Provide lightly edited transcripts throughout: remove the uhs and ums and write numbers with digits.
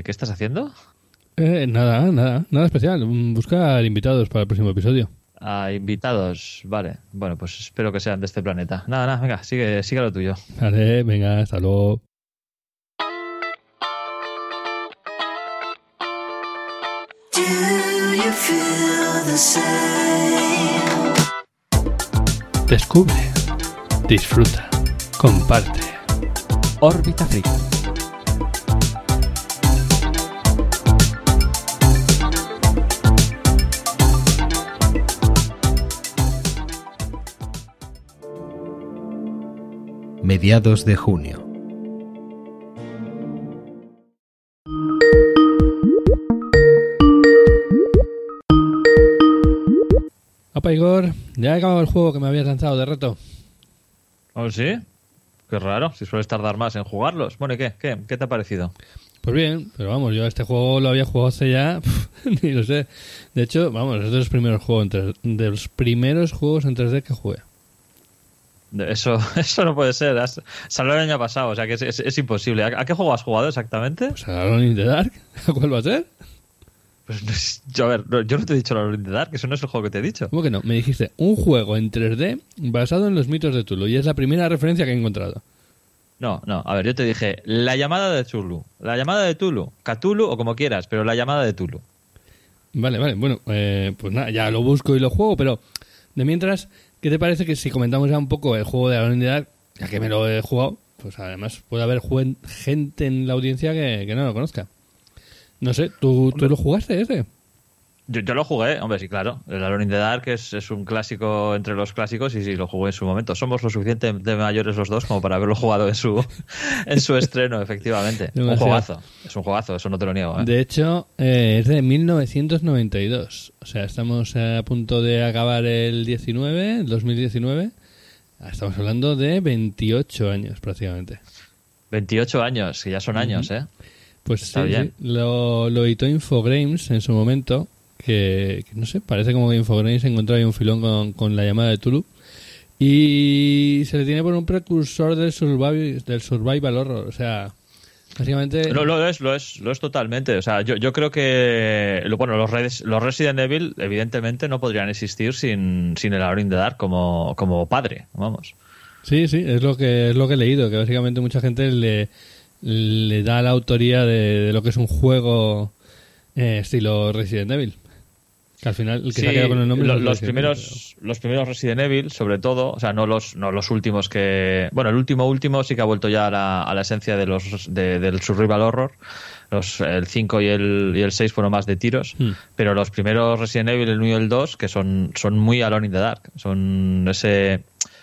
¿Qué estás haciendo? Nada especial. Buscar invitados para el próximo episodio. Invitados, vale. Bueno, pues espero que sean de este planeta. Nada, venga, sigue lo tuyo. Vale, venga, hasta luego. Do you feel the same? Descubre, disfruta, comparte. Órbita Friki. Mediados de junio. Opa, Igor, ya he acabado el juego que me habías lanzado de reto. ¿Oh, sí? Qué raro, si sueles tardar más en jugarlos. Bueno, ¿y qué? ¿Qué te ha parecido? Pues bien, pero vamos, yo este juego lo había jugado hace ya, ni lo sé. De hecho, vamos, es de los primeros juegos de los primeros juegos en 3D que jugué. Eso no puede ser. Salió el año pasado, o sea que es imposible. ¿A qué juego has jugado exactamente? Pues a Alone in the Dark, ¿cuál va a ser? Pues yo no te he dicho Alone in the Dark, eso no es el juego que te he dicho. ¿Cómo que no? Me dijiste un juego en 3D basado en los mitos de Cthulhu y es la primera referencia que he encontrado. No, a ver, yo te dije la llamada de Cthulhu, la llamada de Tulu, Cthulhu o como quieras, pero la llamada de Tulu. Vale, bueno, pues nada, ya lo busco y lo juego, pero de mientras, ¿qué te parece que si comentamos ya un poco el juego de Alone in the Dark, ya que me lo he jugado, pues además puede haber gente en la audiencia que no lo conozca? No sé, ¿tú lo jugaste ese? Yo lo jugué, hombre, sí, claro. El Alone in the Dark es un clásico entre los clásicos y sí, lo jugué en su momento. Somos lo suficientemente mayores los dos como para haberlo jugado en su estreno, efectivamente. Demasiado. Un juegazo, es un juegazo, eso no te lo niego. De hecho, es de 1992. O sea, estamos a punto de acabar el 2019. Estamos hablando de 28 años prácticamente. 28 años, que ya son años, ¿eh? Pues Está sí, bien. sí. Lo editó Infogrames en su momento, que no sé, parece como que Infogrames encontró ahí un filón con la llamada de Tulu. Y se le tiene por un precursor del survival horror, o sea, básicamente... Lo es totalmente. O sea, yo creo que los Resident Evil evidentemente no podrían existir sin el Alone in the Dark como padre, vamos. Sí, es lo que he leído, que básicamente mucha gente le da la autoría de lo que es un juego estilo Resident Evil. Que al final el que se ha quedado con el nombre los primeros Resident Evil, sobre todo, o sea, no los últimos que... Bueno, el último sí que ha vuelto ya a la esencia del survival horror. El 5 y el 6 fueron más de tiros, pero los primeros Resident Evil, el 1 y el 2, que son muy Alone in the Dark. Son ese...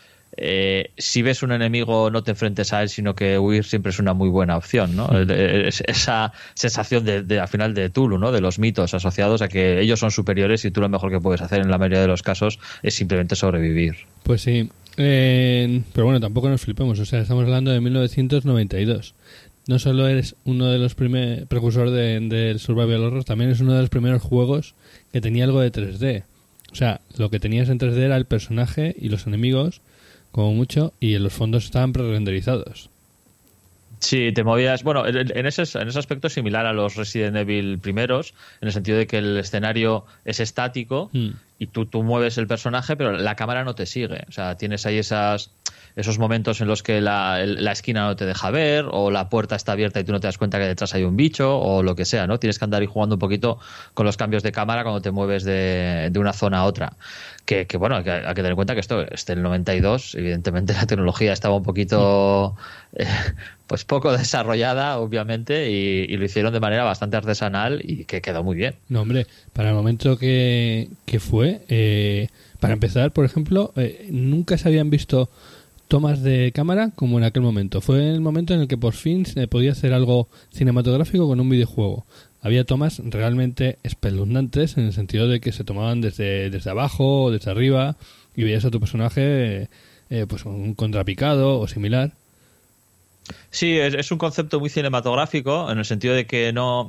si ves un enemigo no te enfrentes a él, sino que huir siempre es una muy buena opción, ¿no? Esa sensación al final de Tulu, ¿no? De los mitos asociados a que ellos son superiores y tú lo mejor que puedes hacer en la mayoría de los casos es simplemente sobrevivir. Pues sí, pero bueno, tampoco nos flipemos, o sea, estamos hablando de 1992. No solo eres uno de los precursores del survival horror, también es uno de los primeros juegos que tenía algo de 3D. O sea, lo que tenías en 3D era el personaje y los enemigos, como mucho, y en los fondos estaban pre-renderizados. Sí, te movías... Bueno, en ese aspecto es similar a los Resident Evil primeros, en el sentido de que el escenario es estático y tú mueves el personaje, pero la cámara no te sigue. O sea, tienes ahí esos momentos en los que la esquina no te deja ver, o la puerta está abierta y tú no te das cuenta que detrás hay un bicho, o lo que sea, ¿no? Tienes que andar ahí jugando un poquito con los cambios de cámara cuando te mueves de una zona a otra. Que bueno, hay que tener en cuenta que esto es del 92, evidentemente la tecnología estaba un poquito pues poco desarrollada, obviamente, y lo hicieron de manera bastante artesanal y que quedó muy bien. No, hombre, para el momento que fue, para empezar, por ejemplo, nunca se habían visto tomas de cámara como en aquel momento. Fue el momento en el que por fin se podía hacer algo cinematográfico con un videojuego. Había tomas realmente espeluznantes en el sentido de que se tomaban desde abajo o desde arriba y veías a tu personaje pues un contrapicado o similar. Sí, es un concepto muy cinematográfico en el sentido de que no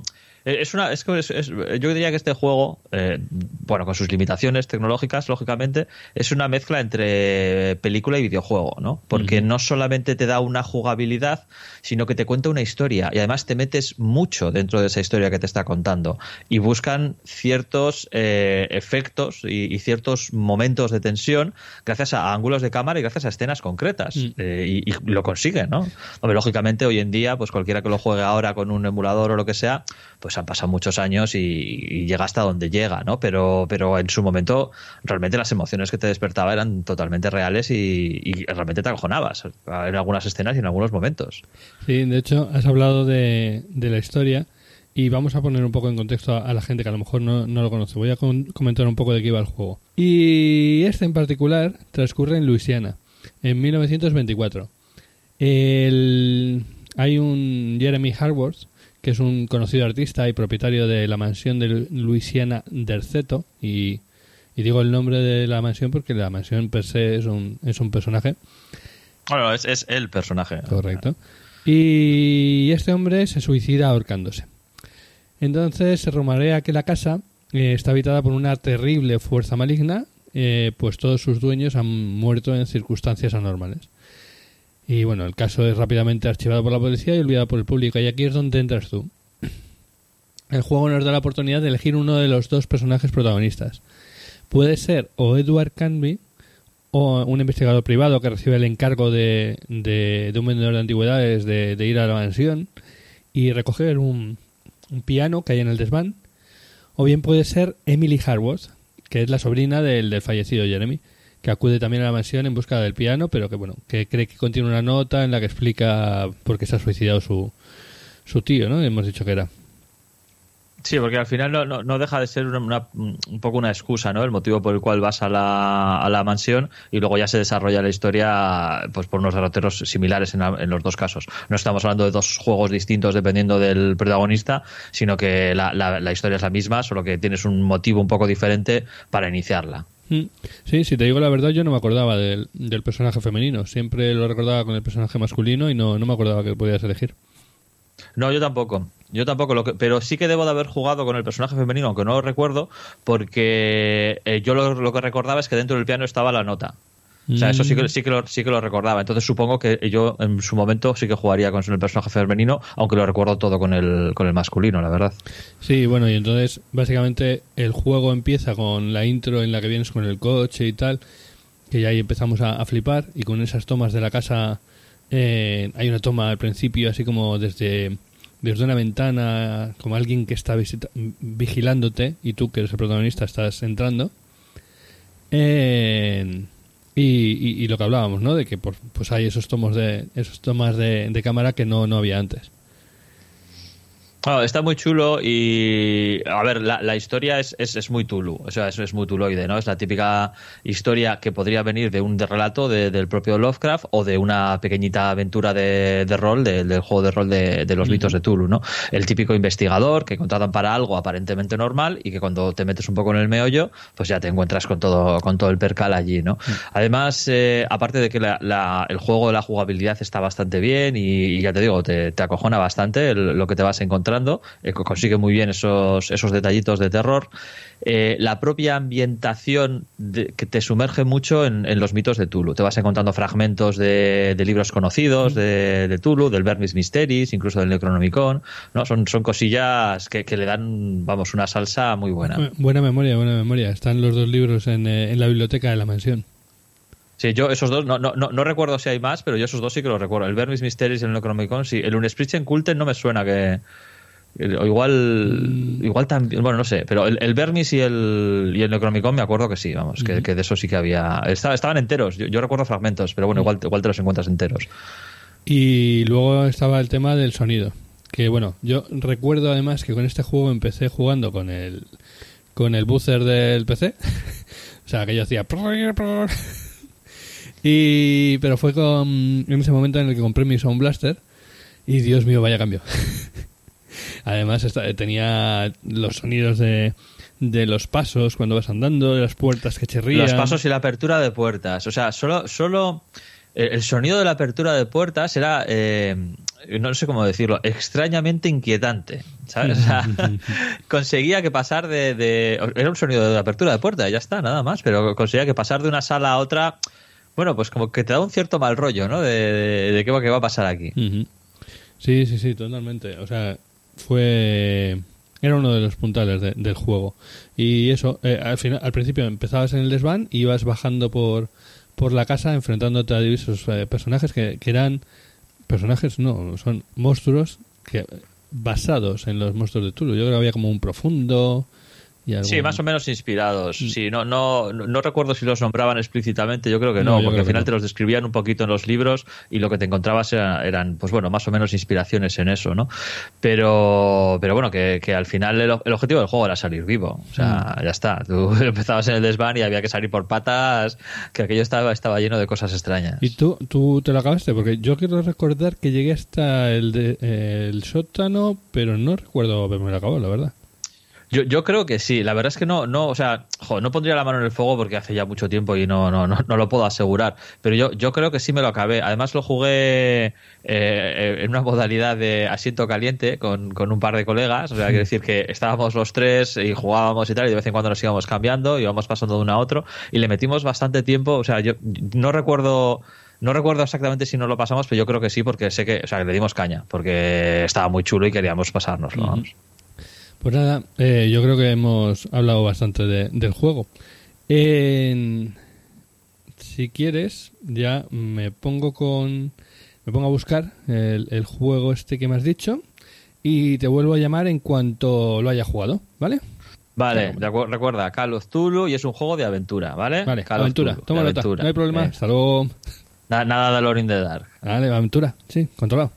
Yo diría que este juego, bueno, con sus limitaciones tecnológicas, lógicamente, es una mezcla entre película y videojuego, ¿no? Porque no solamente te da una jugabilidad, sino que te cuenta una historia y además te metes mucho dentro de esa historia que te está contando y buscan ciertos efectos y ciertos momentos de tensión gracias a ángulos de cámara y gracias a escenas concretas y lo consiguen, ¿no? Hombre, lógicamente hoy en día, pues cualquiera que lo juegue ahora con un emulador o lo que sea, pues han pasado muchos años y llega hasta donde llega, ¿no? Pero en su momento realmente las emociones que te despertaba eran totalmente reales y realmente te acojonabas en algunas escenas y en algunos momentos. Sí, de hecho has hablado de la historia y vamos a poner un poco en contexto a la gente que a lo mejor no lo conoce. Voy a comentar un poco de qué iba el juego. Y este en particular transcurre en Luisiana, en 1924. Hay un Jeremy Harworth, que es un conocido artista y propietario de la mansión de Louisiana Derceto, y digo el nombre de la mansión porque la mansión per se es un personaje. Bueno, es el personaje. Correcto. Y este hombre se suicida ahorcándose. Entonces se rumorea que la casa está habitada por una terrible fuerza maligna, pues todos sus dueños han muerto en circunstancias anormales. Y bueno, el caso es rápidamente archivado por la policía y olvidado por el público. Y aquí es donde entras tú. El juego nos da la oportunidad de elegir uno de los dos personajes protagonistas. Puede ser o Edward Canby o un investigador privado que recibe el encargo de un vendedor de antigüedades de ir a la mansión y recoger un piano que hay en el desván. O bien puede ser Emily Harworth, que es la sobrina del fallecido Jeremy, que acude también a la mansión en busca del piano, pero que cree que contiene una nota en la que explica por qué se ha suicidado su tío, ¿no? Hemos dicho que era. Sí, porque al final no deja de ser un poco una excusa, ¿no? El motivo por el cual vas a la mansión y luego ya se desarrolla la historia pues por unos derroteros similares en los dos casos. No estamos hablando de dos juegos distintos dependiendo del protagonista, sino que la historia es la misma, solo que tienes un motivo un poco diferente para iniciarla. Sí, si te digo la verdad, yo no me acordaba del personaje femenino. Siempre lo recordaba con el personaje masculino y no me acordaba que podías elegir. No, yo tampoco, pero sí que debo de haber jugado con el personaje femenino, aunque no lo recuerdo, porque yo lo que recordaba es que dentro del piano estaba la nota. O sea, eso sí que lo recordaba. Entonces supongo que yo en su momento sí que jugaría con el personaje femenino, aunque lo recuerdo todo con el masculino, la verdad. Sí, bueno, y entonces básicamente el juego empieza con la intro en la que vienes con el coche y tal, que ya ahí empezamos a flipar, y con esas tomas de la casa. Hay una toma al principio así como desde una ventana, como alguien que está vigilándote y tú que eres el protagonista estás entrando, y lo que hablábamos, ¿no? De que pues hay esos tomas de cámara que no había antes. Bueno, está muy chulo y, a ver, la historia es muy Tulu, o sea, es muy tuloide, ¿no? Es la típica historia que podría venir de un relato del propio Lovecraft o de una pequeñita aventura de rol, del juego de rol de los mitos de Tulu, ¿no? El típico investigador que contratan para algo aparentemente normal y que cuando te metes un poco en el meollo, pues ya te encuentras con todo el percal allí, ¿no? Además, aparte de que el juego de la jugabilidad está bastante bien y ya te digo, te acojona bastante lo que te vas encontrando. Consigue muy bien esos detallitos de terror. La propia ambientación que te sumerge mucho en los mitos de Tulu. Te vas encontrando fragmentos de libros conocidos de Tulu, del Vermis Mysteries, incluso del Necronomicon, ¿no? Son cosillas que le dan, vamos, una salsa muy buena. Buena memoria. Están los dos libros en la biblioteca de la mansión. Sí, yo esos dos, no recuerdo si hay más, pero yo esos dos sí que los recuerdo. El Vermis Mysteries y el Necronomicon, sí. El Unsprichen Kulten no me suena que... O igual también, bueno, no sé, pero el Vermis y el Necronomicon me acuerdo que sí, vamos, que de eso sí que había. Estaban enteros, yo recuerdo fragmentos, pero bueno, igual te los encuentras enteros. Y luego estaba el tema del sonido, que bueno, yo recuerdo además que con este juego empecé jugando con el buzzer del PC, o sea, que yo hacía... pero fue en ese momento en el que compré mi Sound Blaster y Dios mío, vaya cambio. Además tenía los sonidos de los pasos cuando vas andando, de las puertas que chirrían. Los pasos y la apertura de puertas. O sea, solo el sonido de la apertura de puertas era no sé cómo decirlo, extrañamente inquietante, ¿sabes? O sea, conseguía que pasar era un sonido de apertura de puerta, ya está, nada más, pero conseguía que pasar de una sala a otra, bueno, pues como que te da un cierto mal rollo, ¿no? De qué va a pasar aquí. Uh-huh. Sí, totalmente. O sea, era uno de los puntales del juego. Y eso, al principio empezabas en el desván y ibas bajando por la casa enfrentándote a diversos personajes que eran... Personajes no, son monstruos basados en los monstruos de Cthulhu. Yo creo que había como un profundo... Sí, más o menos inspirados. Sí, no recuerdo si los nombraban explícitamente, yo creo que no, porque al final te los describían un poquito en los libros y lo que te encontrabas eran, pues bueno, más o menos inspiraciones en eso, ¿no? Pero bueno, que al final el objetivo del juego era salir vivo. O sea, ya está. Tú empezabas en el desván y había que salir por patas, que aquello estaba lleno de cosas extrañas. ¿Y tú te lo acabaste? Porque yo quiero recordar que llegué hasta el sótano, pero no recuerdo haberme lo acabado, la verdad. Yo creo que sí, la verdad es que no, o sea, no pondría la mano en el fuego porque hace ya mucho tiempo y no lo puedo asegurar, pero yo creo que sí me lo acabé. Además lo jugué en una modalidad de asiento caliente con un par de colegas, o sea, quiere decir que estábamos los tres y jugábamos y tal, y de vez en cuando nos íbamos cambiando, íbamos pasando de uno a otro y le metimos bastante tiempo. O sea, yo no recuerdo exactamente si nos lo pasamos, pero yo creo que sí, porque sé que, o sea, que le dimos caña, porque estaba muy chulo y queríamos pasárnoslo, vamos. Pues nada, yo creo que hemos hablado bastante del juego. Si quieres, ya me pongo a buscar el juego este que me has dicho y te vuelvo a llamar en cuanto lo haya jugado, ¿vale? Vale, recuerda, Call of Cthulhu y es un juego de aventura, ¿vale? Vale, Call aventura, of Cthulhu, toma nota, no hay problema, hasta luego. Nada de Alone in the Dark. Vale, aventura, sí, controlado.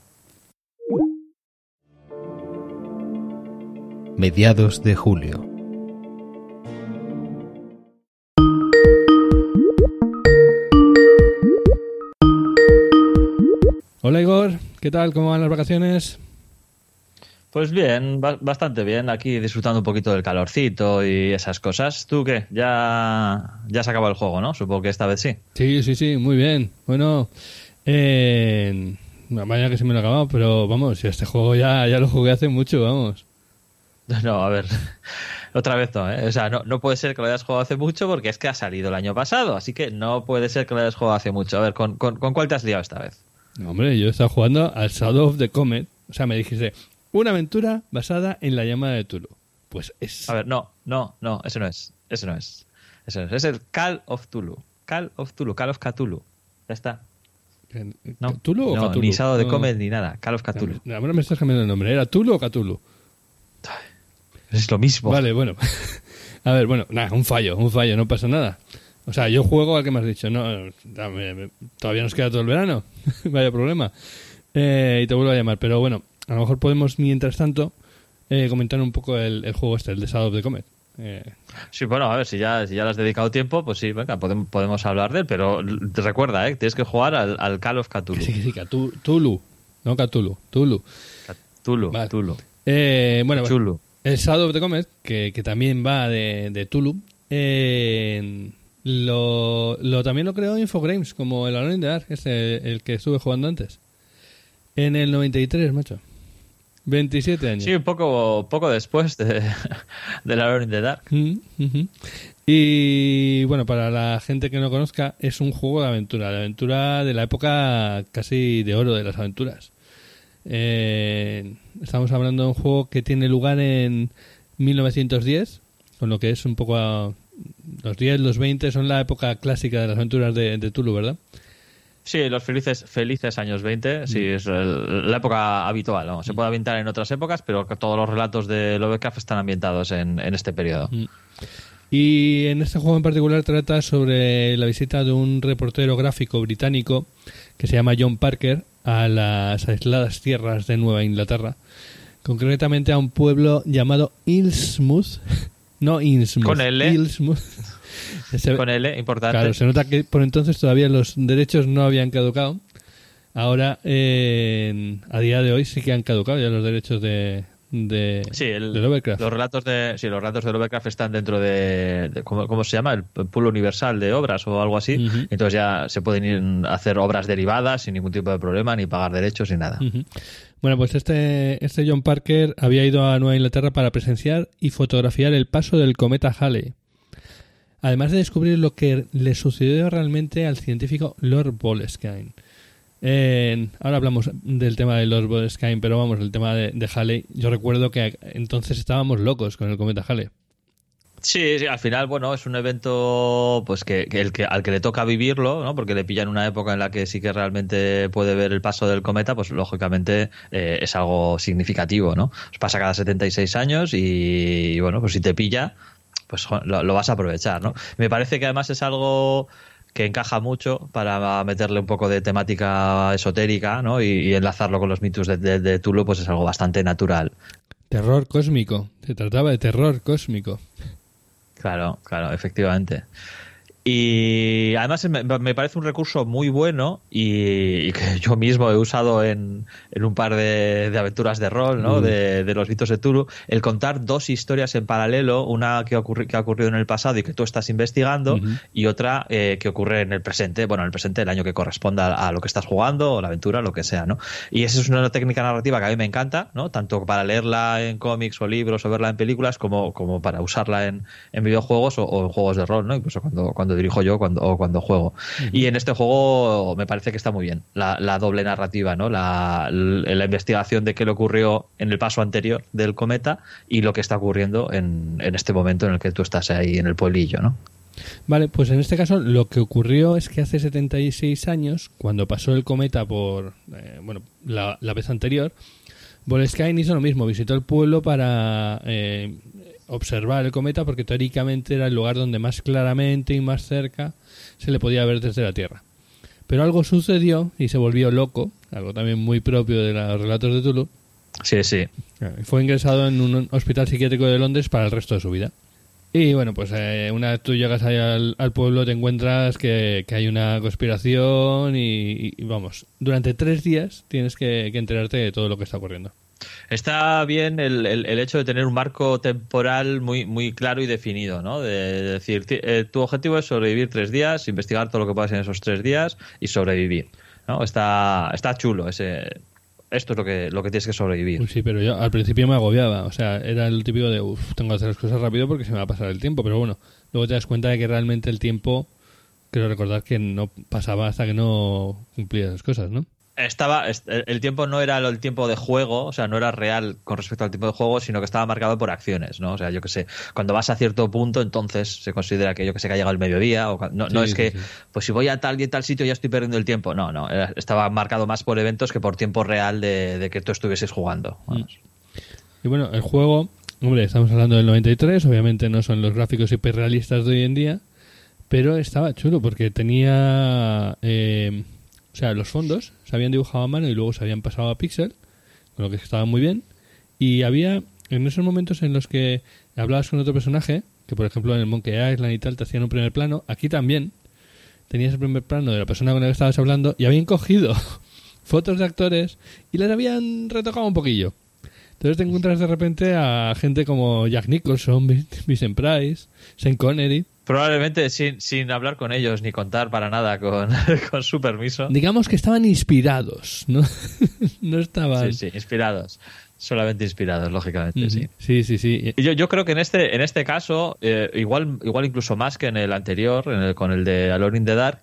Mediados de julio. Hola Igor, ¿qué tal? ¿Cómo van las vacaciones? Pues bien, bastante bien. Aquí disfrutando un poquito del calorcito y esas cosas. ¿Tú qué? Ya se acabó el juego, ¿no? Supongo que esta vez sí. Sí, muy bien. Bueno, vaya que se me lo ha acabado, pero vamos, este juego ya lo jugué hace mucho, vamos. No, a ver, otra vez no, ¿eh? O sea, no puede ser que lo hayas jugado hace mucho porque es que ha salido el año pasado, así que no puede ser que lo hayas jugado hace mucho. A ver, ¿con cuál te has liado esta vez? No, hombre, yo he estado jugando al Shadow of the Comet. O sea, me dijiste, una aventura basada en la llamada de Cthulhu. Pues es... A ver, no, ese no es. Es el Call of Cthulhu. Call of Cthulhu. Ya está. No, ¿Cthulhu o Cthulhu? Ni Shadow of the Comet ni nada. Call of Cthulhu. Ahora me estás cambiando el nombre. ¿Era Cthulhu o Cthulhu? Es lo mismo. Vale, bueno. A ver, bueno, nada, un fallo, no pasa nada. O sea, yo juego al que me has dicho. No, todavía nos queda todo el verano. Vaya problema. Y te vuelvo a llamar. Pero bueno, a lo mejor podemos, mientras tanto, comentar un poco el juego este, el de Shadow of the Comet. Sí, bueno, a ver, si ya le has dedicado tiempo, pues sí, venga, podemos hablar de él. Pero recuerda, tienes que jugar al Call of Cthulhu. Sí, Cthulhu. No Cthulhu, Cthulhu. Vale. Cthulhu. Bueno, Chulo. El Shadow of the Comet, que también va de Cthulhu, también lo creó Infogrames, como el Alone in the Dark, el que estuve jugando antes. En el 93, macho. 27 años. Sí, un poco después de Alone in the Dark. Uh-huh. Y bueno, para la gente que no conozca, es un juego de aventura de la época casi de oro de las aventuras. Estamos hablando de un juego que tiene lugar en 1910, con lo que es un poco los 10, los 20 son la época clásica de las aventuras de Cthulhu, ¿verdad? Sí, los felices años 20, sí, es la época habitual, ¿no? Se puede ambientar en otras épocas, pero todos los relatos de Lovecraft están ambientados en este periodo. Y en este juego en particular trata sobre la visita de un reportero gráfico británico que se llama John Parker a las aisladas tierras de Nueva Inglaterra, concretamente a un pueblo llamado Innsmouth. No Innsmouth. Con L. Innsmouth. Con L, importante. Claro, se nota que por entonces todavía los derechos no habían caducado. Ahora, a día de hoy sí que han caducado ya los derechos de de Lovecraft. Los relatos de Lovecraft están dentro de ¿cómo se llama? El pool universal de obras o algo así. Uh-huh. Entonces ya se pueden ir a hacer obras derivadas sin ningún tipo de problema, ni pagar derechos ni nada. Uh-huh. Bueno, pues este John Parker había ido a Nueva Inglaterra para presenciar y fotografiar el paso del cometa Halley. Además de descubrir lo que le sucedió realmente al científico Lord Boleskine. Ahora hablamos del tema de Lord Boleskine, pero vamos, el tema de Halley. Yo recuerdo que entonces estábamos locos con el cometa Halley. Sí, al final, bueno, es un evento pues al que le toca vivirlo, ¿no? Porque le pilla en una época en la que sí que realmente puede ver el paso del cometa, pues lógicamente es algo significativo, ¿no? Pasa cada 76 años y bueno, pues si te pilla, pues lo vas a aprovechar, ¿no? Me parece que además es algo que encaja mucho para meterle un poco de temática esotérica, ¿no? Y enlazarlo con los mitos de Tulu, pues es algo bastante natural. Terror cósmico. Se trataba de terror cósmico. Claro, efectivamente. Y además me parece un recurso muy bueno y que yo mismo he usado en un par de aventuras de rol, ¿no? De los mitos de Tulu, el contar dos historias en paralelo, una que ha ocurrido en el pasado y que tú estás investigando, y otra que ocurre en el presente, bueno, en el presente, el año que corresponda a lo que estás jugando o la aventura, lo que sea, ¿no? Y esa es una técnica narrativa que a mí me encanta, ¿no? Tanto para leerla en cómics o libros o verla en películas como para usarla en videojuegos o en juegos de rol, ¿no? Incluso cuando dirijo yo cuando juego. Y en este juego me parece que está muy bien la doble narrativa, ¿no? La investigación de qué le ocurrió en el paso anterior del cometa y lo que está ocurriendo en este momento en el que tú estás ahí en el pueblillo, ¿no? Vale, pues en este caso lo que ocurrió es que hace 76 años, cuando pasó el cometa por la vez anterior, Boleskine hizo lo mismo, visitó el pueblo para observar el cometa porque teóricamente era el lugar donde más claramente y más cerca se le podía ver desde la Tierra. Pero algo sucedió y se volvió loco, algo también muy propio de los relatos de Tulu. Sí. Fue ingresado en un hospital psiquiátrico de Londres para el resto de su vida. Y bueno, pues una vez tú llegas ahí al pueblo te encuentras que hay una conspiración y vamos, durante 3 días tienes que enterarte de todo lo que está ocurriendo. Está bien el hecho de tener un marco temporal muy, muy claro y definido, ¿no? De decir, tu objetivo es sobrevivir 3 días, investigar todo lo que puedas en esos 3 días y sobrevivir, ¿no? Está chulo ese. Esto es lo que tienes que sobrevivir. Sí, pero yo al principio me agobiaba. O sea, era el típico de, tengo que hacer las cosas rápido porque se me va a pasar el tiempo. Pero bueno, luego te das cuenta de que realmente el tiempo, creo recordar que no pasaba hasta que no cumplías las cosas, ¿no? El tiempo no era el tiempo de juego, o sea, no era real con respecto al tiempo de juego, sino que estaba marcado por acciones, ¿no? O sea, yo que sé, cuando vas a cierto punto, entonces se considera que que ha llegado el mediodía, o no es que, pues si voy a tal y tal sitio ya estoy perdiendo el tiempo. No, estaba marcado más por eventos que por tiempo real de que tú estuvieses jugando. Vamos. Y bueno, el juego, hombre, estamos hablando del 93, obviamente no son los gráficos hiperrealistas de hoy en día, pero estaba chulo porque tenía... o sea, los fondos se habían dibujado a mano y luego se habían pasado a píxel, con lo que estaba muy bien. Y había, en esos momentos en los que hablabas con otro personaje, que por ejemplo en el Monkey Island y tal te hacían un primer plano, aquí también tenías el primer plano de la persona con la que estabas hablando y habían cogido fotos de actores y las habían retocado un poquillo. Entonces te encuentras de repente a gente como Jack Nicholson, Vincent Price, Sean Connery... Probablemente sin hablar con ellos ni contar para nada con su permiso. Digamos que estaban inspirados, ¿no? No estaban... Sí, inspirados. Solamente inspirados, lógicamente, sí. Sí. Yo creo que en este caso, igual incluso más que en el anterior, con el de Alone in the Dark,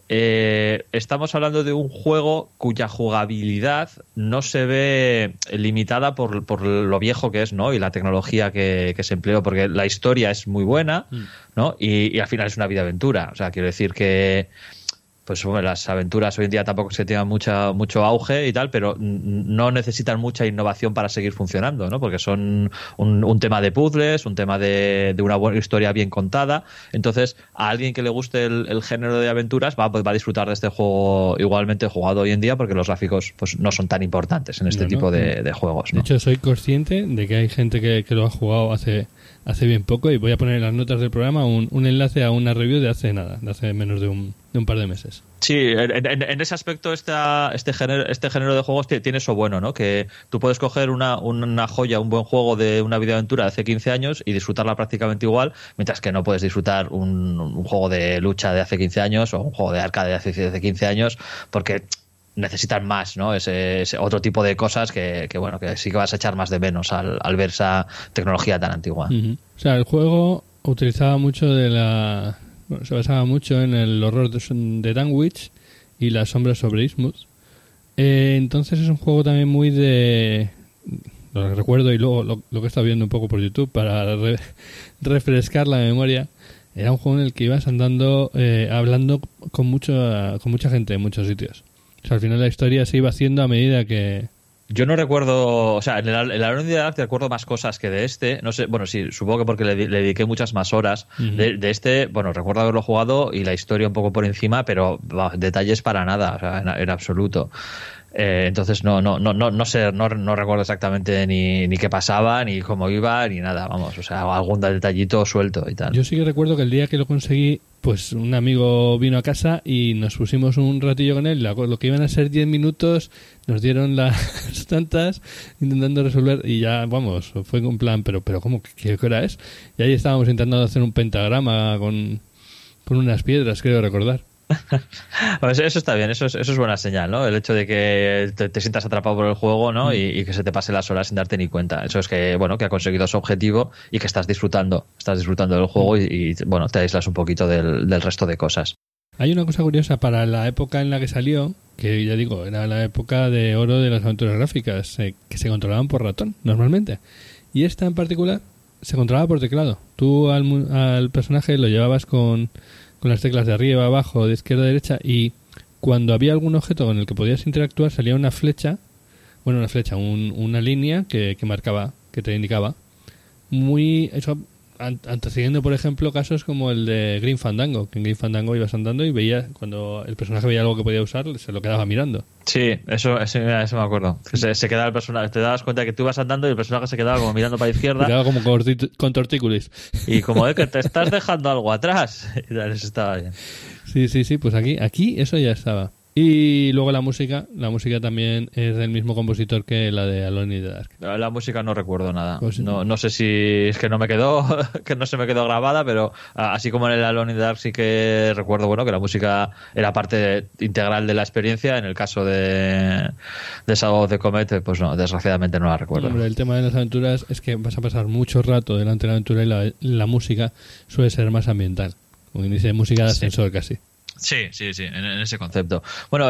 estamos hablando de un juego cuya jugabilidad no se ve limitada por lo viejo que es, ¿no? Y la tecnología que se empleó, porque la historia es muy buena, ¿no? Y al final es una vida aventura. O sea, quiero decir que pues bueno, las aventuras hoy en día tampoco es que tengan mucho auge y tal, pero no necesitan mucha innovación para seguir funcionando, ¿no? Porque son un tema de puzzles, un tema de una buena historia bien contada. Entonces, a alguien que le guste el género de aventuras va a disfrutar de este juego igualmente jugado hoy en día, porque los gráficos pues no son tan importantes en este tipo de juegos, ¿no? De hecho, soy consciente de que hay gente que lo ha jugado hace bien poco, y voy a poner en las notas del programa un enlace a una review de hace menos de un de un par de meses. Sí, en ese aspecto este género de juegos tiene eso bueno, ¿no? Que tú puedes coger una joya, un buen juego de una videoaventura de hace 15 años y disfrutarla prácticamente igual, mientras que no puedes disfrutar un juego de lucha de hace 15 años o un juego de arcade de hace 15 años, porque necesitan más, ¿no? Ese otro tipo de cosas que bueno, que sí que vas a echar más de menos al ver esa tecnología tan antigua. Uh-huh. O sea, el juego utilizaba mucho se basaba mucho en el horror de Dunwich y las sombras sobre Innsmouth. Entonces es un juego también muy de... Lo que recuerdo y luego lo que he estado viendo un poco por YouTube para refrescar la memoria. Era un juego en el que ibas andando, hablando con mucha gente en muchos sitios. O sea, al final la historia se iba haciendo a medida que... Yo no recuerdo, o sea, en el Alone in the Dark recuerdo más cosas que de este, no sé, bueno, sí, supongo que porque le dediqué muchas más horas. Uh-huh. De este, bueno, recuerdo haberlo jugado y la historia un poco por encima, pero detalles para nada, o sea, en absoluto. Entonces no sé, no recuerdo exactamente ni qué pasaba, ni cómo iba, ni nada, vamos, o sea, algún detallito suelto y tal. Yo sí que recuerdo que el día que lo conseguí, pues un amigo vino a casa y nos pusimos un ratillo con él, lo que iban a ser 10 minutos, nos dieron las tantas intentando resolver y ya, vamos, fue un plan, pero ¿cómo? ¿Qué hora es? Y ahí estábamos intentando hacer un pentagrama con unas piedras, creo recordar. Eso está bien, eso es buena señal, ¿no? El hecho de que te sientas atrapado por el juego, ¿no? Y que se te pase las horas sin darte ni cuenta. Eso es que, bueno, que ha conseguido su objetivo y que estás disfrutando del juego y bueno, te aíslas un poquito del resto de cosas. Hay una cosa curiosa para la época en la que salió, que ya digo, era la época de oro de las aventuras gráficas, que se controlaban por ratón, normalmente. Y esta en particular se controlaba por teclado. Tú al personaje lo llevabas con las teclas de arriba, abajo, de izquierda a derecha, y cuando había algún objeto con el que podías interactuar salía una flecha, una línea que marcaba, que te indicaba. Eso antecediendo, por ejemplo, casos como el de Grim Fandango, que en Grim Fandango ibas andando y veías, cuando el personaje veía algo que podía usar, se lo quedaba mirando. Sí, eso me acuerdo. Que se quedaba el personaje, te dabas cuenta que tú ibas andando y el personaje se quedaba como mirando para la izquierda. Se quedaba como con tortícolis. Y como que te estás dejando algo atrás. Y tal, eso estaba bien. Sí, pues aquí eso ya estaba. Y luego la música también es del mismo compositor que la de Alone in the Dark. La música no recuerdo nada. Pues no sé si es que no se me quedó grabada, pero así como en el Alone in the Dark sí que recuerdo, bueno, que la música era parte integral de la experiencia. En el caso de Shadow of the Comet, pues no, desgraciadamente no la recuerdo. Hombre, el tema de las aventuras es que vas a pasar mucho rato delante de la aventura y la música suele ser más ambiental. Como dice, música de ascensor casi. Sí, en ese concepto. Bueno,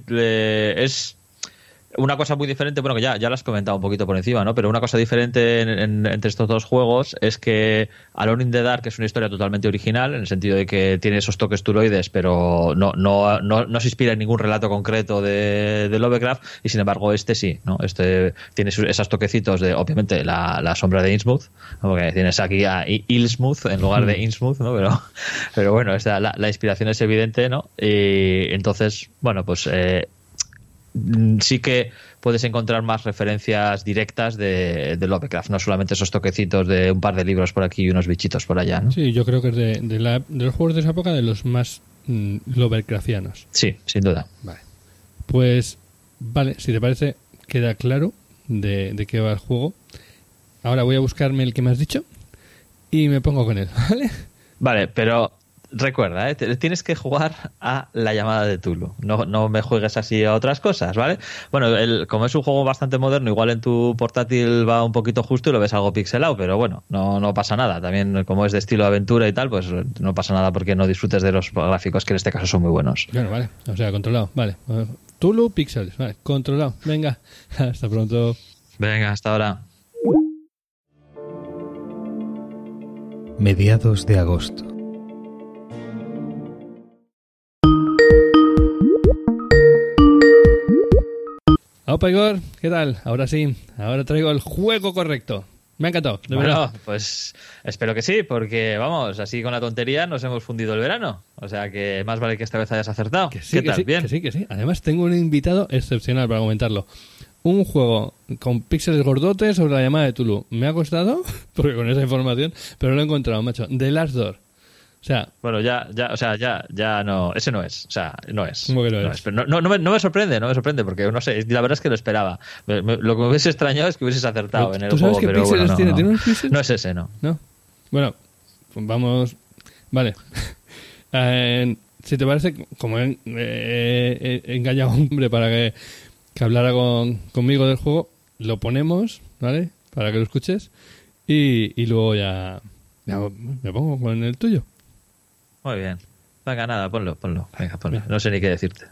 es una cosa muy diferente, bueno, que ya lo has comentado un poquito por encima, ¿no? Pero una cosa diferente entre estos dos juegos es que Alone in the Dark es una historia totalmente original, en el sentido de que tiene esos toques tuloides, pero no se inspira en ningún relato concreto de Lovecraft, y sin embargo este sí, ¿no? Este tiene esos toquecitos de, obviamente, la sombra de Innsmouth, ¿no? Porque tienes aquí a Illsmouth en lugar de Innsmouth, ¿no? Pero bueno, la inspiración es evidente, ¿no? Y entonces, bueno, pues sí que puedes encontrar más referencias directas de Lovecraft, no solamente esos toquecitos de un par de libros por aquí y unos bichitos por allá, ¿no? Sí, yo creo que es de los juegos de esa época de los más Lovecraftianos. Sí, sin duda. Vale. Pues, vale, si te parece, queda claro de qué va el juego. Ahora voy a buscarme el que me has dicho y me pongo con él, ¿vale? Vale, pero recuerda, tienes que jugar a La llamada de Tulu. No me juegues así a otras cosas, ¿vale? Bueno, como es un juego bastante moderno, igual en tu portátil va un poquito justo y lo ves algo pixelado, pero bueno, no pasa nada. También, como es de estilo aventura y tal, pues no pasa nada porque no disfrutes de los gráficos, que en este caso son muy buenos. Bueno, vale. O sea, controlado. Vale. Tulu, pixels. Vale, controlado. Venga, hasta pronto. Venga, hasta ahora. Mediados de agosto. Opa, Igor, ¿qué tal? Ahora sí, ahora traigo el juego correcto. Me ha encantado, de verdad. Bueno, pues espero que sí, porque vamos, así con la tontería nos hemos fundido el verano. O sea que más vale que esta vez hayas acertado. Que sí, ¿Qué tal? Sí, ¿Bien? Que sí. Además tengo un invitado excepcional para comentarlo. Un juego con píxeles gordotes sobre La llamada de Tulu. Me ha costado, porque con esa información, pero lo he encontrado, macho. The Last Door. O sea, Bueno, ya no, ese no es, o sea, no es. ¿Cómo que no No es? Pero no me sorprende, porque no sé, la verdad es que lo esperaba. Lo que me hubiese extrañado es que hubieses acertado en el ¿tú sabes juego, qué pero píxeles bueno, tiene? no. ¿Tiene unos píxeles? No es ese, no. ¿No? Bueno, pues vamos... Vale. Si te parece, como he engañado a un hombre para que hablara conmigo del juego, lo ponemos, ¿vale? Para que lo escuches y luego ya me pongo con el tuyo. Muy bien. Venga, nada, ponlo. Venga, ponlo. No sé ni qué decirte.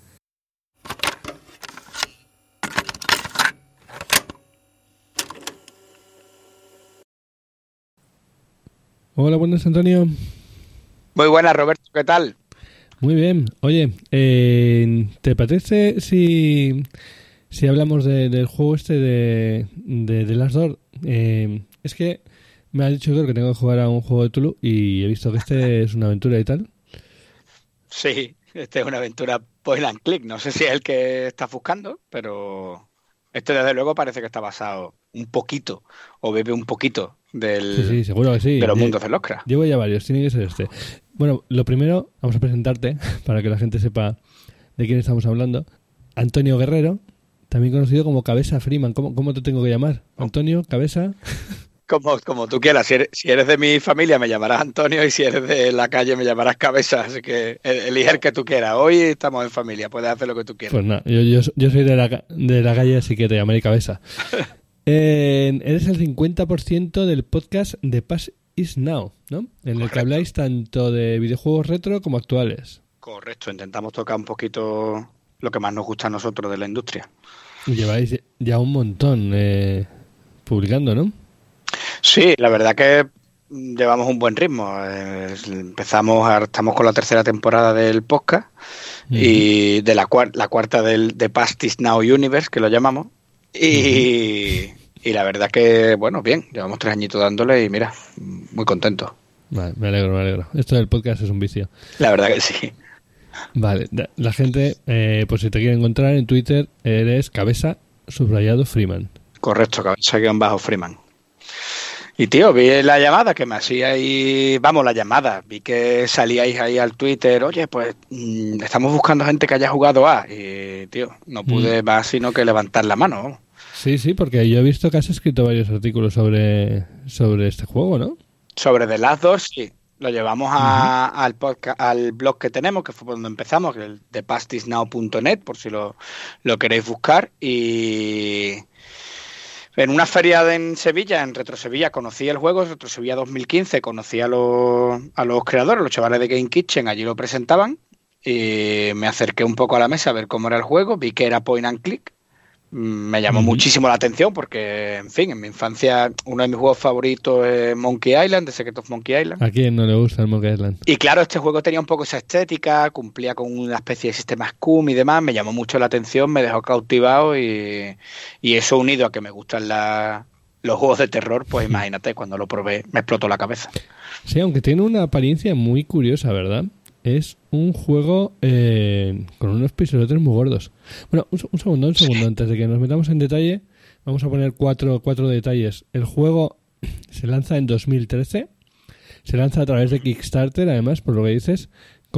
Hola, buenas, Antonio. Muy buenas, Roberto, ¿qué tal? Muy bien. Oye, ¿te parece si hablamos del juego este de The Last Door? Es que me ha dicho que tengo que jugar a un juego de Tulu y he visto que este es una aventura y tal. Sí, esta es una aventura point and click. No sé si es el que estás buscando, pero este desde luego parece que está basado un poquito o bebe un poquito Sí, seguro que sí. de los mundos de Lovecraft. Llevo ya varios, tiene que ser este. Bueno, lo primero, vamos a presentarte para que la gente sepa de quién estamos hablando. Antonio Guerrero, también conocido como Cabeza Freeman. ¿Cómo te tengo que llamar? Antonio, Cabeza. Como tú quieras. Si eres de mi familia me llamarás Antonio y si eres de la calle me llamarás Cabeza. Así que elige el que tú quieras. Hoy estamos en familia, puedes hacer lo que tú quieras. Pues nada, yo soy de la calle, así que te llamaré Cabeza. Eres el 50% del podcast The Past is Now, ¿no? En el que habláis tanto de videojuegos retro como actuales. Correcto, intentamos tocar un poquito lo que más nos gusta a nosotros de la industria. Y lleváis ya un montón publicando, ¿no? Sí, la verdad que llevamos un buen ritmo. Estamos con la tercera temporada del podcast y de la cuarta del The Past is Now Universe, que lo llamamos. Y la verdad que, bueno, bien, llevamos 3 añitos dándole y mira, muy contento. Vale, me alegro. Esto del podcast es un vicio. La verdad que sí. Vale, la gente, pues si te quiere encontrar en Twitter, eres Cabeza_Freeman. Correcto, Cabeza_Freeman. Y tío, vi la llamada que me hacíais, la llamada, vi que salíais ahí al Twitter, oye, pues estamos buscando gente que haya jugado a, y tío, no pude más sino que levantar la mano, ¿no? Sí, porque yo he visto que has escrito varios artículos sobre este juego, ¿no? Sobre The Last Door, sí. Lo llevamos al podcast, al blog que tenemos, que fue por donde empezamos, que es el thepastisnow.net, por si lo queréis buscar. Y en una feria en Sevilla, en Retro Sevilla, conocí el juego, Retro Sevilla 2015, conocí a los creadores, los chavales de Game Kitchen, allí lo presentaban, y me acerqué un poco a la mesa a ver cómo era el juego, vi que era point and click. Me llamó muchísimo la atención porque, en fin, en mi infancia uno de mis juegos favoritos es Monkey Island, The Secret of Monkey Island. ¿A quién no le gusta el Monkey Island? Y claro, este juego tenía un poco esa estética, cumplía con una especie de sistema Scum y demás, me llamó mucho la atención, me dejó cautivado y eso unido a que me gustan los juegos de terror, pues imagínate, cuando lo probé me explotó la cabeza. Sí, aunque tiene una apariencia muy curiosa, ¿verdad? Es un juego con unos pixelotes muy gordos. Bueno, un segundo, antes de que nos metamos en detalle, vamos a poner cuatro detalles. El juego se lanza en 2013, se lanza a través de Kickstarter, además, por lo que dices,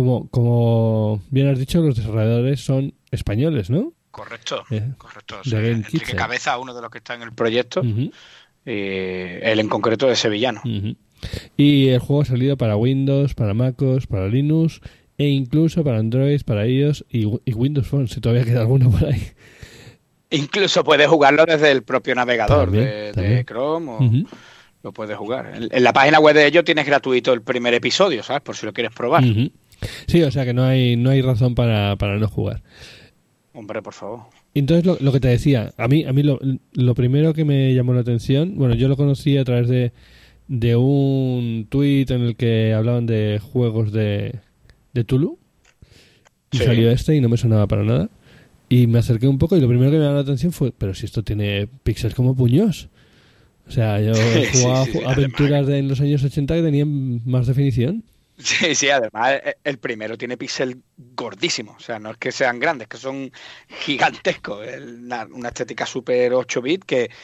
como bien has dicho, los desarrolladores son españoles, ¿no? Correcto. O de sea, Game Enrique Kitchen. Cabeza, uno de los que está en el proyecto, él en concreto de sevillano. Y el juego ha salido para Windows, para MacOS, para Linux e incluso para Android, para iOS y Windows Phone, si todavía queda alguno por ahí. Incluso puedes jugarlo desde el propio navegador También. de Chrome o lo puedes jugar. En la página web de ellos tienes gratuito el primer episodio, ¿sabes? Por si lo quieres probar. Sí, o sea que no hay razón para no jugar. Hombre, por favor. Entonces lo que te decía, a mí lo primero que me llamó la atención, bueno, yo lo conocí a través de un tuit en el que hablaban de juegos de Tulu y salió este y no me sonaba para nada y me acerqué un poco y lo primero que me llamó la atención fue, pero si esto tiene píxeles como puños, o sea, yo he jugado aventuras en los años 80 que tenían más definición. Sí, además el primero tiene píxel gordísimo, o sea, no es que sean grandes, que son gigantescos, una estética super 8 bit que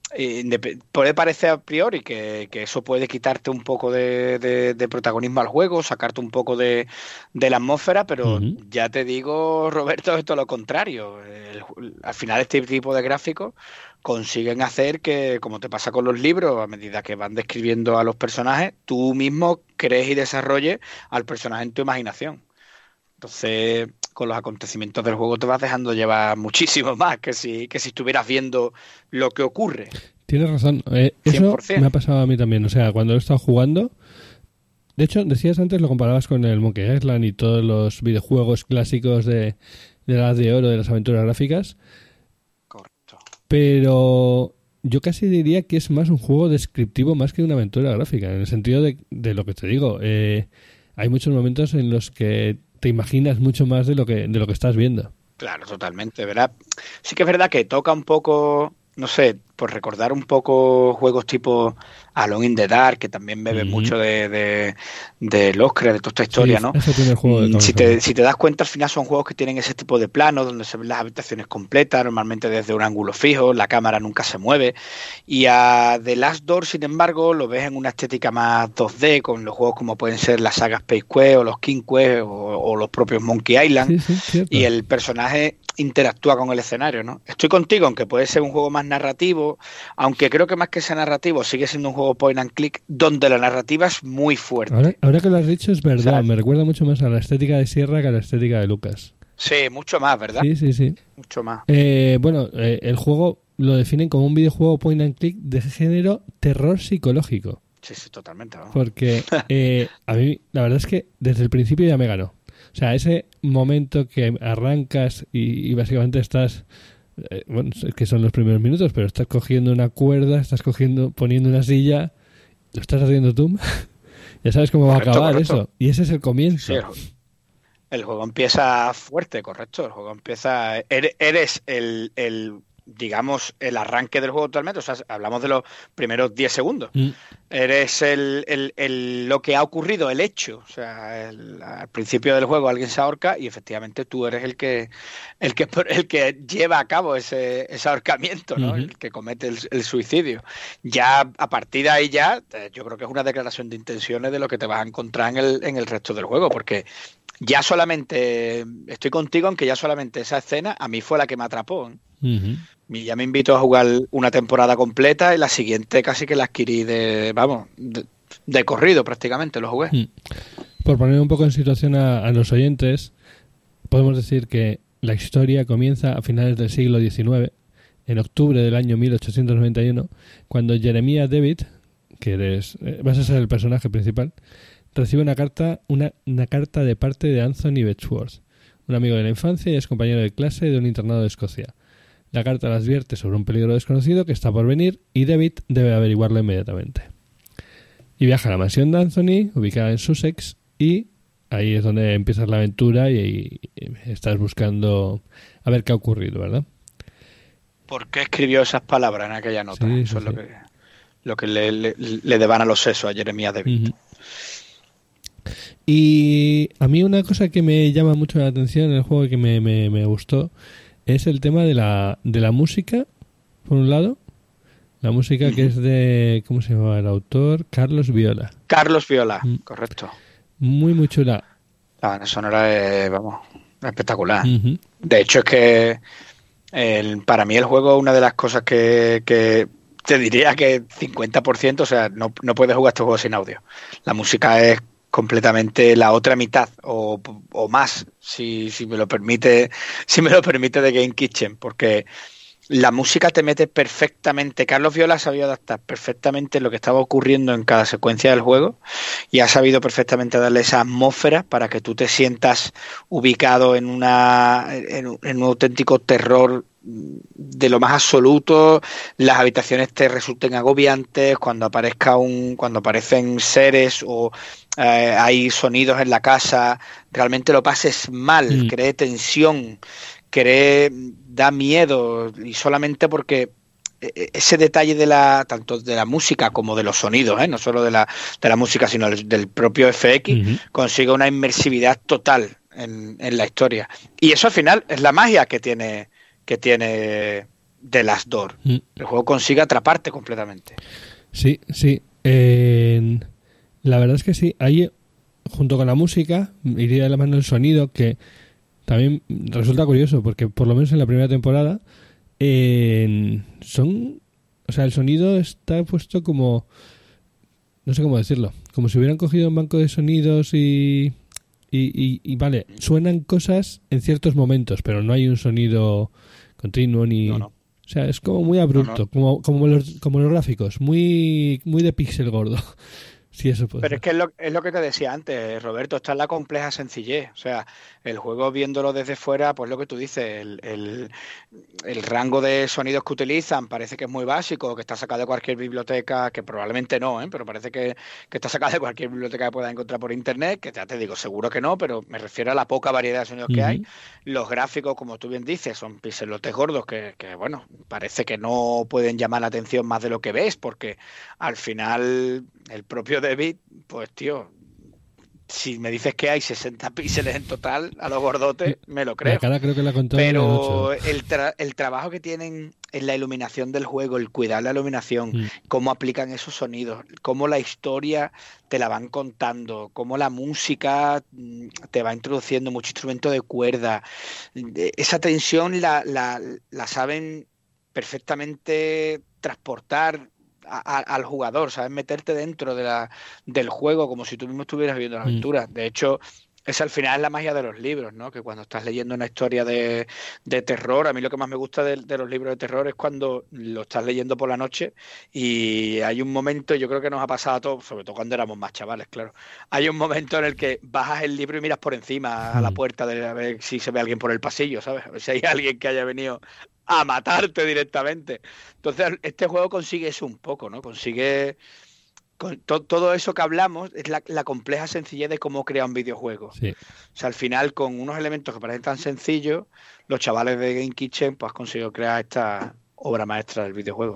puede parecer a priori que eso puede quitarte un poco de protagonismo al juego, sacarte un poco de la atmósfera, pero ya te digo, Roberto, es todo lo contrario. Al final este tipo de gráficos consiguen hacer que, como te pasa con los libros, a medida que van describiendo a los personajes, tú mismo crees y desarrolles al personaje en tu imaginación. Entonces, con los acontecimientos del juego te vas dejando llevar muchísimo más que si estuvieras viendo lo que ocurre. Tienes razón. Eso 100%. me ha pasado a mí también. O sea, cuando he estado jugando... De hecho, decías antes, lo comparabas con el Monkey Island y todos los videojuegos clásicos de la Edad de Oro, de las aventuras gráficas. Correcto. Pero yo casi diría que es más un juego descriptivo más que una aventura gráfica. En el sentido de lo que te digo. Hay muchos momentos en los que te imaginas mucho más de lo que estás viendo. Claro, totalmente, ¿verdad? Sí que es verdad que toca un poco, no sé, por recordar un poco juegos tipo Alone in the Dark, que también bebe mucho de Lovecraft, de toda esta historia, sí, ¿no? Eso tiene el juego de si te das cuenta, al final son juegos que tienen ese tipo de planos, donde se ven las habitaciones completas, normalmente desde un ángulo fijo, la cámara nunca se mueve. Y a The Last Door, sin embargo, lo ves en una estética más 2D, con los juegos como pueden ser las sagas Space Quest o los King Quest o los propios Monkey Island. Sí, y el personaje interactúa con el escenario, ¿no? Estoy contigo, aunque puede ser un juego más narrativo, aunque creo que más que sea narrativo sigue siendo un juego point and click donde la narrativa es muy fuerte. Ahora que lo has dicho es verdad, ¿sabes? me recuerda mucho más a la estética de Sierra que a la estética de Lucas. Sí, mucho más, ¿verdad? Sí. Mucho más. El juego lo definen como un videojuego point and click de género terror psicológico. Sí, totalmente. ¿No? Porque a mí la verdad es que desde el principio ya me ganó. O sea, ese momento que arrancas y básicamente estás... bueno, es que son los primeros minutos, pero estás cogiendo una cuerda, poniendo una silla, lo estás haciendo tú. Ya sabes cómo va a acabar eso. Y ese es el comienzo. Sí, el juego empieza fuerte, correcto. El juego empieza... Eres digamos, el arranque del juego totalmente. O sea, hablamos de los primeros 10 segundos. Eres lo que ha ocurrido, el hecho. O sea, al principio del juego alguien se ahorca y efectivamente tú eres el que lleva a cabo ese ahorcamiento, ¿no? El que comete el suicidio. Ya a partir de ahí yo creo que es una declaración de intenciones de lo que te vas a encontrar en el resto del juego, porque ya solamente, estoy contigo en que ya solamente esa escena a mí fue la que me atrapó, ¿eh? Y ya me invitó a jugar una temporada completa y la siguiente casi que la adquirí de corrido prácticamente, lo jugué. Por poner un poco en situación a los oyentes, podemos decir que la historia comienza a finales del siglo XIX, en octubre del año 1891, cuando Jeremiah David, que vas a ser el personaje principal, recibe una carta de parte de Anthony Betchworth, un amigo de la infancia y es compañero de clase de un internado de Escocia. La carta le advierte sobre un peligro desconocido que está por venir y David debe averiguarlo inmediatamente. Y viaja a la mansión de Anthony, ubicada en Sussex, y ahí es donde empieza la aventura y estás buscando a ver qué ha ocurrido, ¿verdad? ¿Por qué escribió esas palabras en aquella nota? Sí, Eso sí, es lo que le devana los sesos a Jeremiah David. Y a mí una cosa que me llama mucho la atención en el juego y que me gustó es el tema de la música, por un lado. La música que es de... ¿Cómo se llama el autor? Carlos Viola. Carlos Viola, correcto. Muy, muy chula. La banda sonora es, espectacular. De hecho, es que para mí el juego es una de las cosas que te diría que 50%, o sea, no puedes jugar este juego sin audio. La música es completamente la otra mitad o más, si me lo permite The Game Kitchen, porque la música te mete perfectamente. Carlos Viola ha sabido adaptar perfectamente lo que estaba ocurriendo en cada secuencia del juego y ha sabido perfectamente darle esa atmósfera para que tú te sientas ubicado en un auténtico terror de lo más absoluto. Las habitaciones te resulten agobiantes cuando aparecen seres o hay sonidos en la casa, realmente lo pases mal, cree tensión, da miedo, y solamente porque ese detalle tanto de la música como de los sonidos, no solo de la música sino del propio FX, consigue una inmersividad total en la historia, y eso al final es la magia que tiene The Last Door. El juego consigue atraparte completamente. Sí, sí. La verdad es que sí. Ahí, junto con la música, iría de la mano el sonido, que también resulta curioso, porque por lo menos en la primera temporada el sonido está puesto como, no sé cómo decirlo, como si hubieran cogido un banco de sonidos y vale, suenan cosas en ciertos momentos, pero no hay un sonido continuo ni... No. O sea, es como muy abrupto, No. como los gráficos, muy de píxel gordo. Sí, eso puede Pero ser. es que es lo que te decía antes, Roberto, está en la compleja sencillez. O sea, el juego viéndolo desde fuera, pues lo que tú dices, el rango de sonidos que utilizan parece que es muy básico, que está sacado de cualquier biblioteca, que probablemente no, pero parece que está sacado de cualquier biblioteca que puedas encontrar por internet, que ya te digo, seguro que no, pero me refiero a la poca variedad de sonidos que hay. Los gráficos, como tú bien dices, son pixelotes gordos que, bueno, parece que no pueden llamar la atención más de lo que ves, porque al final el propio David, pues tío, si me dices que hay 60 píxeles en total a los gordotes, me lo creo. La cara creo que la contó Pero el trabajo que tienen en la iluminación del juego, el cuidar la iluminación, cómo aplican esos sonidos, cómo la historia te la van contando, cómo la música te va introduciendo mucho instrumento de cuerda, esa tensión la saben perfectamente transportar al jugador, ¿sabes? Meterte dentro del juego como si tú mismo estuvieras viviendo la aventura. De hecho, esa al final es la magia de los libros, ¿no? Que cuando estás leyendo una historia de terror, a mí lo que más me gusta de los libros de terror es cuando lo estás leyendo por la noche y hay un momento, yo creo que nos ha pasado a todos, sobre todo cuando éramos más chavales, claro. Hay un momento en el que bajas el libro y miras por encima a la puerta a ver si se ve alguien por el pasillo, ¿sabes? A ver si hay alguien que haya venido a matarte directamente. Entonces, este juego consigue eso un poco, ¿no? Consigue todo eso que hablamos, es la compleja sencillez de cómo crear un videojuego. Sí. O sea, al final, con unos elementos que parecen tan sencillos, los chavales de Game Kitchen pues han conseguido crear esta obra maestra del videojuego.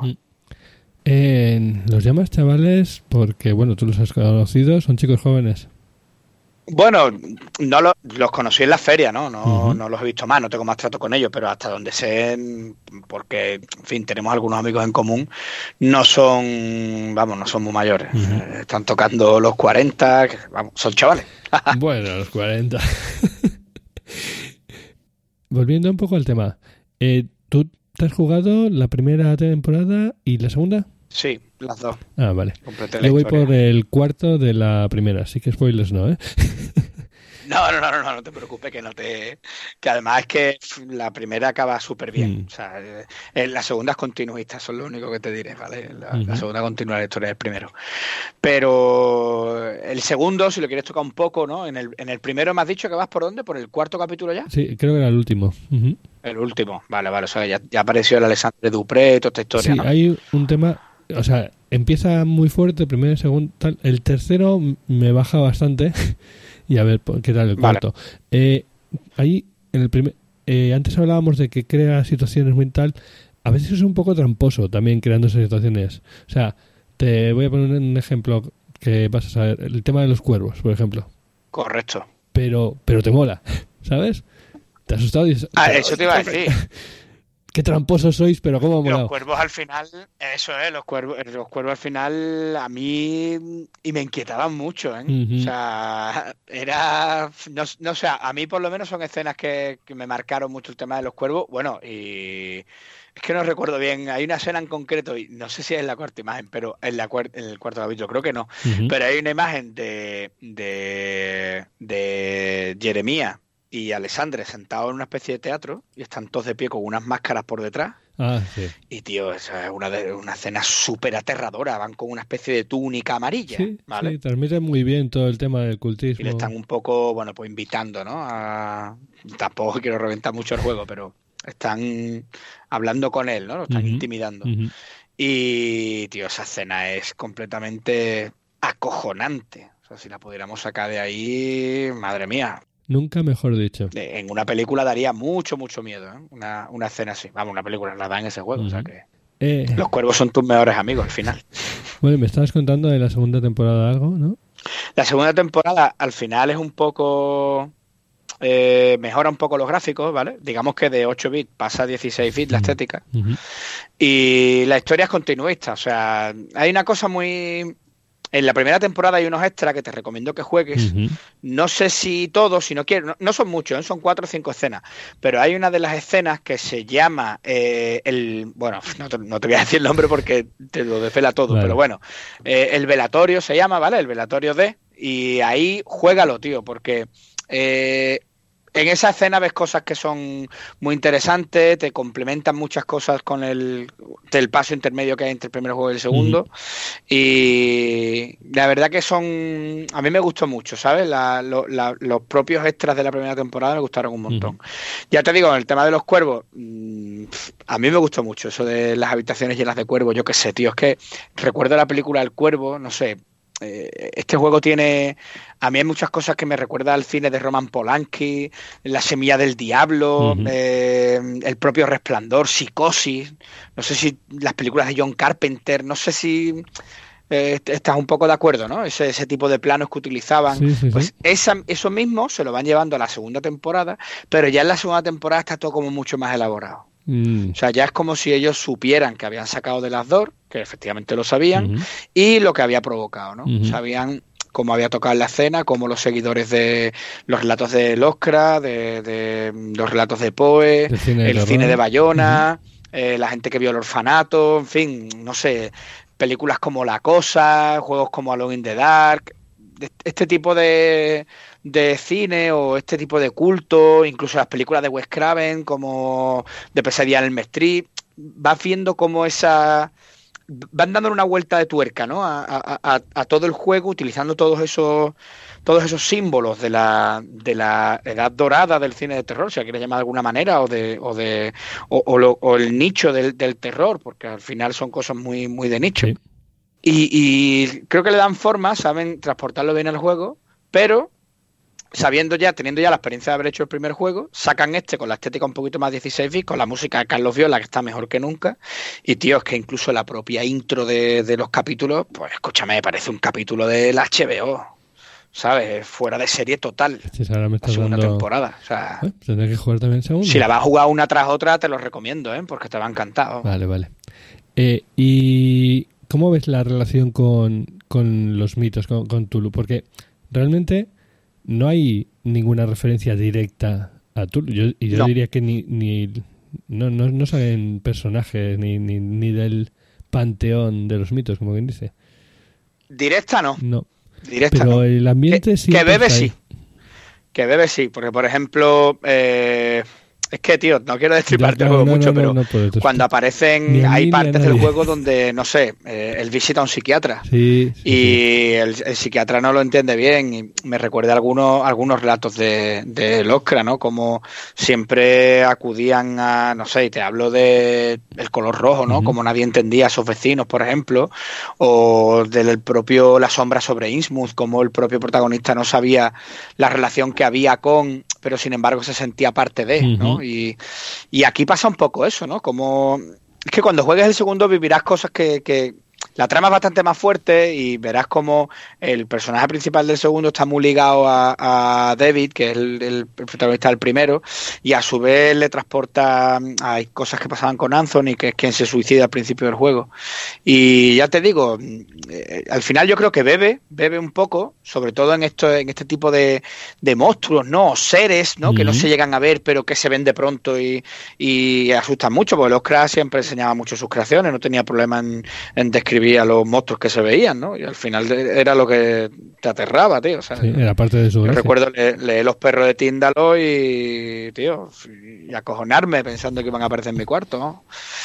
Los llamas chavales porque, bueno, tú los has conocido, son chicos jóvenes. Bueno, no los conocí en la feria, ¿no? No los he visto más, no tengo más trato con ellos, pero hasta donde sé, porque, en fin, tenemos algunos amigos en común, no son muy mayores. Están tocando los 40, son chavales. Bueno, los 40. Volviendo un poco al tema, ¿tú te has jugado la primera temporada y la segunda? Sí, las dos. Ah, vale. Completé la Yo voy historia. por el cuarto de la primera, así que spoilers no, ¿eh? No te preocupes, que además es que la primera acaba súper bien. O sea, la segunda es continuista, eso es lo único que te diré, ¿vale? La segunda continúa la historia del primero. Pero el segundo, si lo quieres tocar un poco, ¿no? En el primero me has dicho que vas por ¿dónde? ¿Por el cuarto capítulo ya? Sí, creo que era el último. El último, vale, o sea, ya apareció el Alexandre Dupré, toda esta historia, Sí, ¿no? hay un tema, o sea, empieza muy fuerte, el primero, el segundo, tal. El tercero me baja bastante. Y a ver qué tal el cuarto. Ahí, en el primer, antes hablábamos de que crea situaciones muy tal. A veces es un poco tramposo también creando esas situaciones. O sea, te voy a poner un ejemplo que vas a saber. El tema de los cuervos, por ejemplo. Correcto. Pero te mola, ¿sabes? Te has asustado y dices... Eso te iba a decir. Qué tramposos sois, pero cómo ha molado. Los cuervos al final, eso es, los cuervos al final a mí y me inquietaban mucho, ¿eh? O sea, no sé, a mí por lo menos son escenas que me marcaron mucho el tema de los cuervos. Bueno, y es que no recuerdo bien, hay una escena en concreto, y no sé si es la cuarta imagen, pero en el cuarto capítulo, creo que no, pero hay una imagen de Jeremías y Alexandre sentados en una especie de teatro y están todos de pie con unas máscaras por detrás. Ah, sí. Y tío, esa es una escena súper aterradora. Van con una especie de túnica amarilla, Sí, ¿vale? sí, transmite muy bien todo el tema del cultismo. Y le están un poco, bueno, pues invitando, ¿no? Tampoco quiero reventar mucho el juego, pero están hablando con él, ¿no? Lo están intimidando. Y, tío, esa escena es completamente acojonante. O sea, si la pudiéramos sacar de ahí, madre mía. Nunca mejor dicho. En una película daría mucho miedo, ¿eh? Una escena así. Vamos, una película la da en ese juego, o sea que... Los cuervos son tus mejores amigos al final. Bueno, me estabas contando de la segunda temporada algo, ¿no? La segunda temporada al final es un poco... mejora un poco los gráficos, ¿vale? Digamos que de 8 bits pasa a 16 bits la estética. Ujú. Y la historia es continuista, o sea, hay una cosa muy... En la primera temporada hay unos extras que te recomiendo que juegues. Ujú. No sé si todos, si no quieres, no son muchos, ¿eh? Son 4 o 5 escenas. Pero hay una de las escenas que se llama bueno, no te voy a decir el nombre porque te lo desvela todo, Vale. pero bueno, el velatorio se llama, ¿vale? El velatorio de, y ahí juégalo, tío, porque en esa escena ves cosas que son muy interesantes, te complementan muchas cosas con del paso intermedio que hay entre el primer juego y el segundo. Y la verdad que a mí me gustó mucho, ¿sabes? Los propios extras de la primera temporada me gustaron un montón. Ya te digo, en el tema de los cuervos, a mí me gustó mucho eso de las habitaciones llenas de cuervos. Yo qué sé, tío, es que recuerdo la película El Cuervo, no sé. Este juego tiene, a mí hay muchas cosas que me recuerda al cine de Roman Polanski, La semilla del diablo, el propio Resplandor, Psicosis, no sé si las películas de John Carpenter, no sé si estás un poco de acuerdo, ¿no? Ese tipo de planos que utilizaban, pues eso mismo se lo van llevando a la segunda temporada, pero ya en la segunda temporada está todo como mucho más elaborado. O sea, ya es como si ellos supieran que habían sacado de las dos, que efectivamente lo sabían, y lo que había provocado, ¿no? Sabían cómo había tocado en la escena, cómo los seguidores de los relatos de Lovecraft, de los relatos de Poe, el cine de Bayona, la gente que vio el orfanato, en fin, no sé, películas como La Cosa, juegos como Alone in the Dark, este tipo de cine o este tipo de culto, incluso las películas de Wes Craven como de Pesadilla en Elm Street, vas viendo cómo van dando una vuelta de tuerca, ¿no? a todo el juego, utilizando todos esos símbolos de la edad dorada del cine de terror, si la quieres llamar de alguna manera, o el nicho del terror, porque al final son cosas muy, muy de nicho. Sí. Y creo que le dan forma, saben transportarlo bien al juego, pero teniendo ya la experiencia de haber hecho el primer juego, sacan con la estética un poquito más 16 bits, con la música de Carlos Viola, que está mejor que nunca, y tío, es que incluso la propia intro de los capítulos, pues escúchame, me parece un capítulo del HBO, ¿sabes? Fuera de serie total. La segunda temporada. O sea, tendré que jugar también segundo. Si la vas a jugar una tras otra, te lo recomiendo, porque te va a encantar. Vale. ¿Y cómo ves la relación con los mitos, con Tulu? Porque realmente no hay ninguna referencia directa a Tulu. Yo diría que no salen personajes ni del panteón de los mitos, como quien dice. Directa no. No. Directa pero no. El ambiente sí. Que bebe sí. Que bebe sí. Porque, por ejemplo, es que, tío, no quiero destriparte el juego mucho, pero cuando aparecen, hay partes del juego donde, no sé, él visita a un psiquiatra y el psiquiatra no lo entiende bien y me recuerda algunos relatos de Lovecraft, ¿no? Como siempre acudían a, no sé, te hablo de el color rojo, ¿no? Como nadie entendía a esos vecinos, por ejemplo, o del propio La sombra sobre Innsmouth, como el propio protagonista no sabía la relación que había pero sin embargo se sentía parte de, ¿no? Y aquí pasa un poco eso, ¿no? Como es que cuando juegues el segundo vivirás cosas que la trama es bastante más fuerte y verás como el personaje principal del segundo está muy ligado a David, que es el protagonista del primero, y a su vez le transporta a cosas que pasaban con Anthony, que es quien se suicida al principio del juego. Y ya te digo, al final yo creo que bebe un poco, sobre todo en este tipo de monstruos, ¿no? O seres, ¿no? Que no se llegan a ver, pero que se ven de pronto y asustan mucho, porque Lovecraft siempre enseñaba mucho sus creaciones, no tenía problema en describir a los monstruos que se veían, ¿no? Y al final era lo que te aterraba, tío. O sea, sí, era parte de su gracia. Recuerdo leer Los perros de Tíndalo y, tío, y acojonarme pensando que iban a aparecer en mi cuarto, ¿no?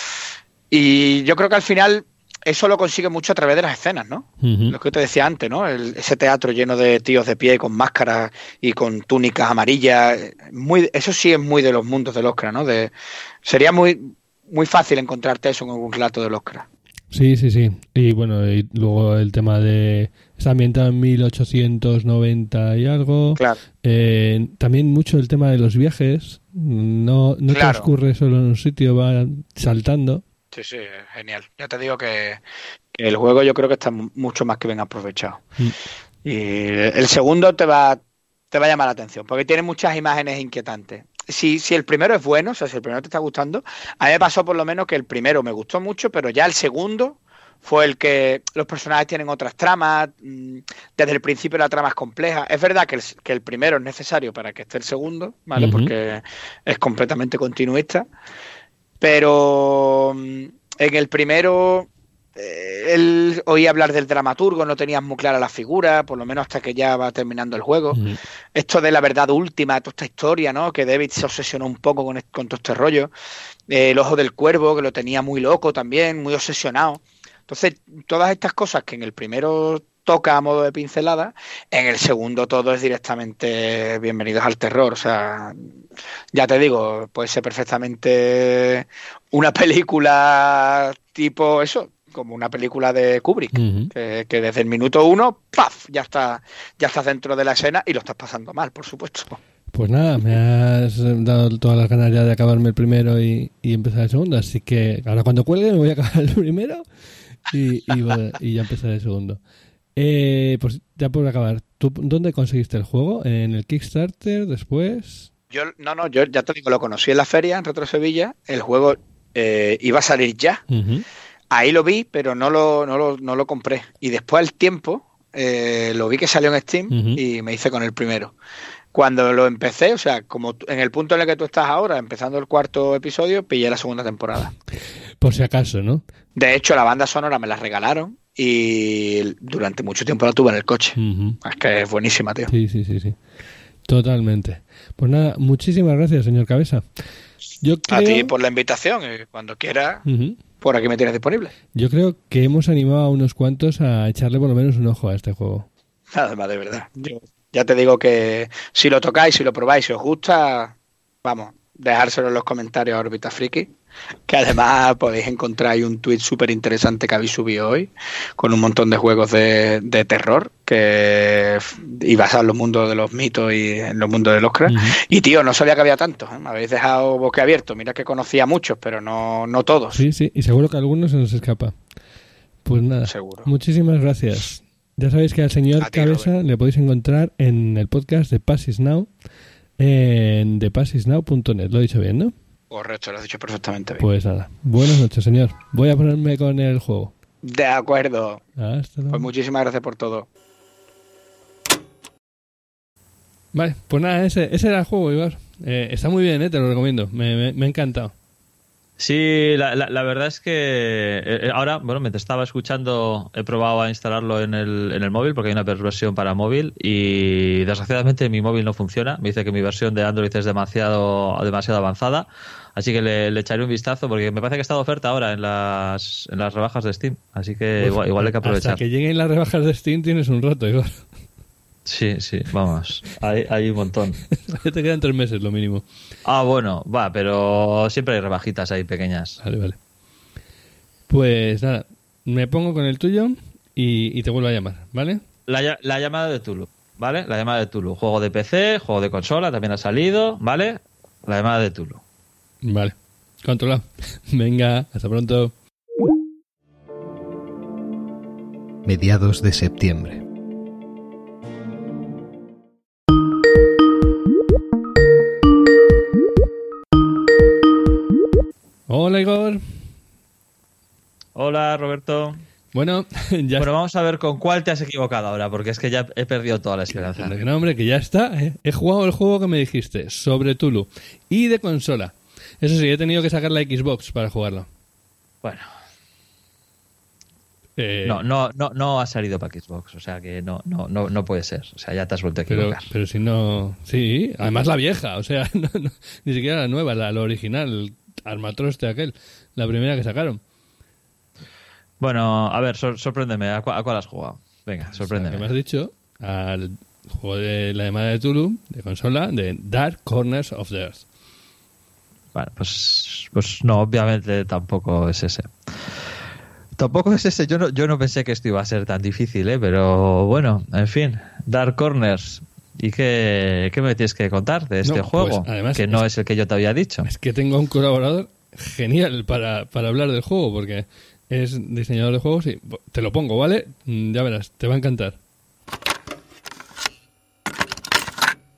Y yo creo que al final eso lo consigue mucho a través de las escenas, ¿no? Lo que te decía antes, ¿no? Ese teatro lleno de tíos de pie con máscaras y con túnicas amarillas. Eso sí es muy de los mundos de Lovecraft, ¿no? Sería muy, muy fácil encontrarte eso en algún relato de Lovecraft. Sí. Y bueno, y luego el tema de... Está ambientado en 1890 y algo. Claro. También mucho el tema de los viajes. No claro. transcurre solo en un sitio, va saltando. Sí, genial. Ya te digo que el juego yo creo que está mucho más que bien aprovechado. Y el segundo te va te va a llamar la atención, porque tiene muchas imágenes inquietantes. Si el primero es bueno, o sea, si el primero te está gustando, a mí me pasó por lo menos que el primero me gustó mucho, pero ya el segundo fue el que los personajes tienen otras tramas, desde el principio la trama es compleja. Es verdad que el primero es necesario para que esté el segundo, ¿vale? Porque es completamente continuista, pero en el primero él oía hablar del dramaturgo, no tenías muy clara la figura, por lo menos hasta que ya va terminando el juego. Esto de la verdad última, toda esta historia, ¿no? Que David se obsesionó un poco con todo este rollo. El ojo del cuervo, que lo tenía muy loco también, muy obsesionado. Entonces, todas estas cosas que en el primero toca a modo de pincelada, en el segundo todo es directamente bienvenidos al terror. O sea, ya te digo, puede ser perfectamente una película tipo eso, como una película de Kubrick, que desde el minuto 1, ¡paf!, ya está dentro de la escena y lo estás pasando mal, por supuesto. Pues nada, me has dado todas las ganas ya de acabarme el primero y empezar el segundo, así que ahora cuando cuelgue me voy a acabar el primero y ya empezaré el segundo. Pues ya por acabar, ¿tú dónde conseguiste el juego? ¿En el Kickstarter después? Yo ya te digo, lo conocí en la feria, en Retro Sevilla, el juego iba a salir ya. Ahí lo vi, pero no lo compré. Y después al tiempo lo vi que salió en Steam y me hice con el primero. Cuando lo empecé, o sea, como en el punto en el que tú estás ahora, empezando el 4º episodio, pillé la 2ª temporada. Por si acaso, ¿no? De hecho, la banda sonora me la regalaron y durante mucho tiempo la tuve en el coche. Es que es buenísima, tío. Sí. Totalmente. Pues nada, muchísimas gracias, señor Cabeza. Yo creo... A ti por la invitación, cuando quieras, por aquí me tienes disponible. Yo creo que hemos animado a unos cuantos a echarle por lo menos un ojo a este juego. Nada más, de verdad. Yo ya te digo que si lo tocáis, si lo probáis, si os gusta, vamos, dejárselo en los comentarios a Órbita Friki, que además podéis encontrar ahí un tuit súper interesante que habéis subido hoy, con un montón de juegos de terror y basado en los mundos de los mitos y en los mundos del Oscar. Y tío, no sabía que había tantos, ¿eh? Me habéis dejado boquiabierto. Mira que conocía muchos, pero no todos. Sí, y seguro que a algunos se nos escapa. Pues nada, seguro. Muchísimas gracias. Ya sabéis que al señor Cabeza Robert le podéis encontrar en el podcast de Passis Now, en thepassisnow.net. Lo he dicho bien, ¿no? Correcto, lo has dicho perfectamente bien. Pues nada, buenas noches, señor. Voy a ponerme con el juego. De acuerdo. Hasta luego. Pues muchísimas gracias por todo. Vale, pues nada, ese era el juego, Ibar. Está muy bien, te lo recomiendo. Me ha encantado. Sí, la verdad es que ahora, bueno, mientras estaba escuchando, he probado a instalarlo en el móvil porque hay una versión para móvil y desgraciadamente mi móvil no funciona. Me dice que mi versión de Android es demasiado avanzada, así que le echaré un vistazo porque me parece que está de oferta ahora en las rebajas de Steam, así que pues, igual hay que aprovechar. Hasta que lleguen las rebajas de Steam tienes un rato, Igor. Sí, vamos, hay un montón. Te quedan 3 meses, lo mínimo. Ah, bueno, pero siempre hay rebajitas ahí pequeñas. Vale. Pues nada, me pongo con el tuyo y te vuelvo a llamar, ¿vale? La llamada de Tulu, ¿vale? La llamada de Tulu. Juego de PC, juego de consola, también ha salido, ¿vale? La llamada de Tulu. Vale, controlado. Venga, hasta pronto. Mediados de septiembre. Hola, Igor. Hola, Roberto. Bueno, vamos a ver con cuál te has equivocado ahora, porque es que ya he perdido toda la esperanza. No, hombre, que ya está. He jugado el juego que me dijiste, sobre Tulu, y de consola. Eso sí, he tenido que sacar la Xbox para jugarlo. Bueno. No ha salido para Xbox, o sea que no puede ser. O sea, ya te has vuelto a equivocar. Pero si no... Sí, además la vieja, o sea, ni siquiera la nueva, la original, el armatroste aquel, la primera que sacaron. Bueno, a ver, sorpréndeme, ¿a cuál has jugado? Venga, sorpréndeme. ¿Qué me has dicho? Al juego de la llamada de Tulu, de consola, de Dark Corners of the Earth. Bueno, pues no, obviamente tampoco es ese. Tampoco es ese. Yo no pensé que esto iba a ser tan difícil, pero bueno, en fin, Dark Corners. ¿Y qué me tienes que contar de este juego? Pues, además, que no es el que yo te había dicho. Es que tengo un colaborador genial para hablar del juego, porque es diseñador de juegos y te lo pongo, ¿vale? Ya verás, te va a encantar.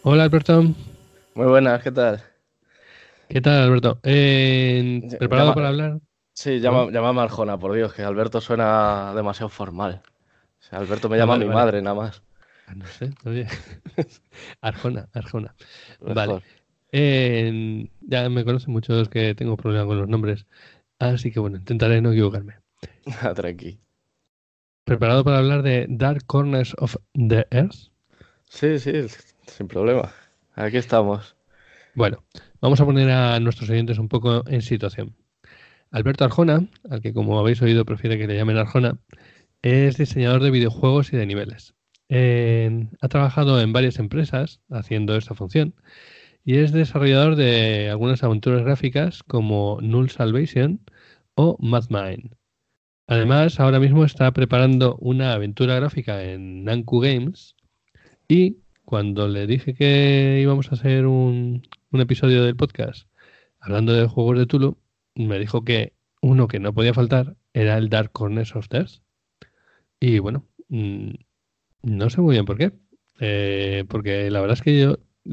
Hola, Alberto. Muy buenas, ¿qué tal? ¿Qué tal, Alberto? ¿Preparado para hablar? Sí, ¿No? llámame Arjona, por Dios, que Alberto suena demasiado formal. O sea, Alberto me Ah, llama vale, mi vale. madre, nada más. No sé, oye. Arjona. Vale. Mejor. Ya me conocen muchos que tengo problemas con los nombres, así que bueno, intentaré no equivocarme. Tranqui. ¿Preparado para hablar de Dark Corners of the Earth? Sí, sin problema. Aquí estamos. Bueno, vamos a poner a nuestros oyentes un poco en situación. Alberto Arjona, al que como habéis oído prefiere que le llamen Arjona, es diseñador de videojuegos y de niveles. Ha trabajado en varias empresas haciendo esta función y es desarrollador de algunas aventuras gráficas como Null Salvation o Madmine. Además, ahora mismo está preparando una aventura gráfica en Nanku Games y cuando le dije que íbamos a hacer un episodio del podcast hablando de juegos de Tulu, me dijo que uno que no podía faltar era el Dark Corners of Earth. Y bueno, no sé muy bien por qué. Porque la verdad es que yo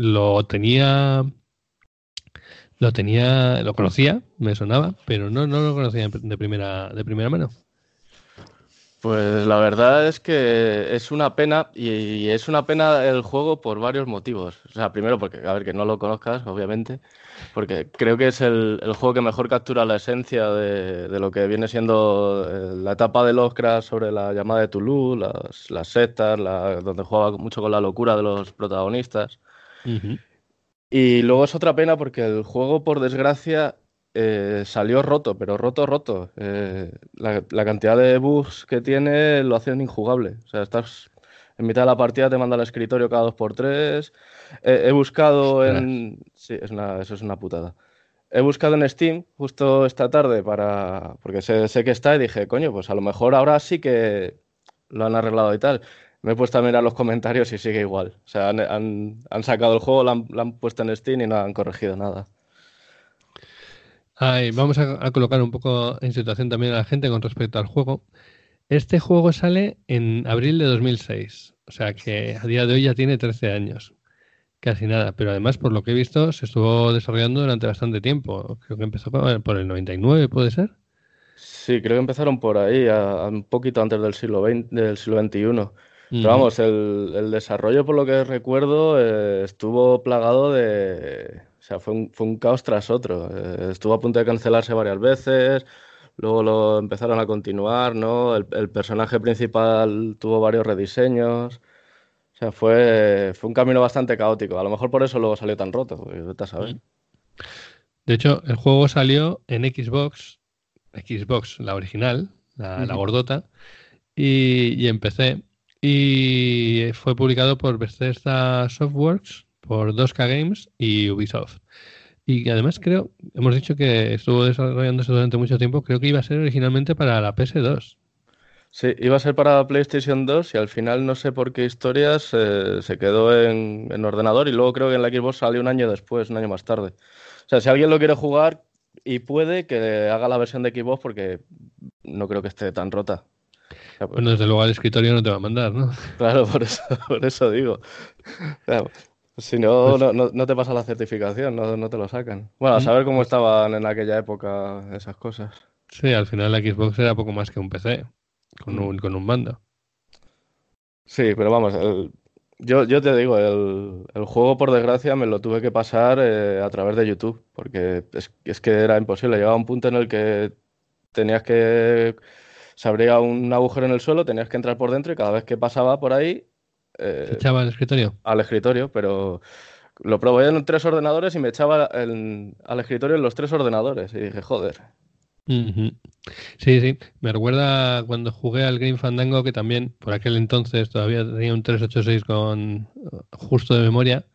lo conocía, me sonaba, pero no lo conocía de primera mano. Pues la verdad es que es una pena y es una pena el juego por varios motivos. O sea, primero porque, a ver, que no lo conozcas, obviamente, porque creo que es el juego que mejor captura la esencia de lo que viene siendo la etapa de Lovecraft sobre la llamada de Tulu, las sectas, donde jugaba mucho con la locura de los protagonistas. Ujú. Y luego es otra pena porque el juego, por desgracia, salió roto, pero roto. La cantidad de bugs que tiene lo hacen injugable. O sea, estás en mitad de la partida, te manda al escritorio cada 2x3. He buscado Ostras. en... Sí, eso es una putada. He buscado en Steam justo esta tarde porque sé que está y dije, coño, pues a lo mejor ahora sí que lo han arreglado y tal. Me he puesto a mirar los comentarios y sigue igual. O sea, han sacado el juego, lo han puesto en Steam y no han corregido nada. Ay, vamos a colocar un poco en situación también a la gente con respecto al juego. Este juego sale en abril de 2006, o sea que a día de hoy ya tiene 13 años. Casi nada, pero además, por lo que he visto, se estuvo desarrollando durante bastante tiempo. Creo que empezó por el 99, ¿puede ser? Sí, creo que empezaron por ahí, un poquito antes del siglo XXI. Pero Ujú. vamos, el desarrollo, por lo que recuerdo, estuvo plagado de... O sea, fue un caos tras otro. Estuvo a punto de cancelarse varias veces, luego lo empezaron a continuar, ¿no? El personaje principal tuvo varios rediseños. O sea, fue un camino bastante caótico. A lo mejor por eso luego salió tan roto, vete a saber. Mm. De hecho, el juego salió en Xbox, la original, la Ujú. gordota, y en PC. Y fue publicado por Bethesda Softworks, por 2K Games y Ubisoft. Y además hemos dicho que estuvo desarrollándose durante mucho tiempo, creo que iba a ser originalmente para la PS2. Sí, iba a ser para PlayStation 2 y al final no sé por qué historias se quedó en ordenador y luego creo que en la Xbox salió un año después, un año más tarde. O sea, si alguien lo quiere jugar y puede, que haga la versión de Xbox porque no creo que esté tan rota. O sea, Bueno, desde luego al escritorio no te va a mandar, ¿no? claro, por eso digo. Claro, si no, Pues no te pasa la certificación, no te lo sacan. Bueno, a saber cómo pues estaban en aquella época esas cosas. sí, al final la Xbox era poco más que un PC, con Mm. un mando. Sí, pero vamos, yo te digo, el juego por desgracia me lo tuve que pasar a través de YouTube, porque es que era imposible. Llegaba un punto en el que tenías que, se abría un agujero en el suelo, tenías que entrar por dentro y cada vez que pasaba por ahí ¿Se eh, echaba al escritorio? al escritorio, pero lo probé en 3 ordenadores y me echaba al escritorio en los 3 ordenadores y dije, joder. Ujú. Sí, sí. Me recuerda cuando jugué al Green Fandango, que también por aquel entonces todavía tenía un 386 con justo de memoria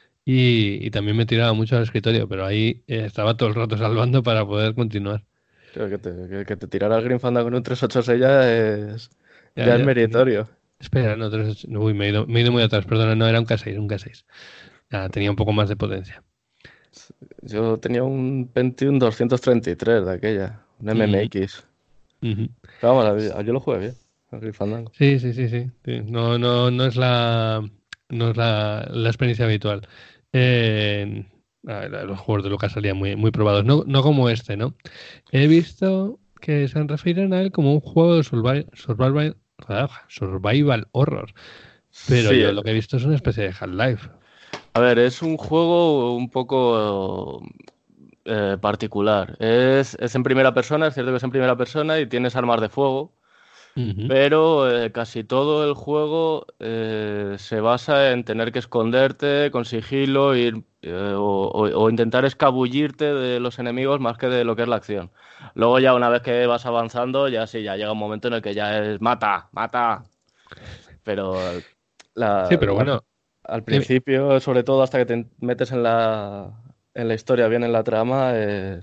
y también me tiraba mucho al escritorio, pero ahí estaba todo el rato salvando para poder continuar. Creo que te tirara el Green Fandango con un 386 Ya, ya es ya. meritorio. Espera, no, uy, me he ido muy atrás, perdona, no, era un K6, un K6. Ya, tenía un poco más de potencia. Yo tenía un Pentium 233 de aquella, un Ujú, MMX. ujú. Pero vamos, yo lo jugué bien, el Grim Fandango. Sí, sí, sí, sí. Sí. No, no, no es no es la experiencia habitual. Los juegos de Lucas salían muy probados, no como este, ¿no? He visto que se refieren a él como un juego de survival horror, pero Sí, yo lo que he visto es una especie de Half-Life. a ver, es un juego un poco particular. Es en primera persona, es cierto que es en primera persona y tienes armas de fuego, Ujú. pero casi todo el juego se basa en tener que esconderte con sigilo o intentar escabullirte de los enemigos más que de lo que es la acción. Luego ya una vez que vas avanzando, ya sí, ya llega un momento en el que ya es mata, mata. Pero Sí, pero la bueno, al principio, sobre todo hasta que te metes en la historia, bien en la trama,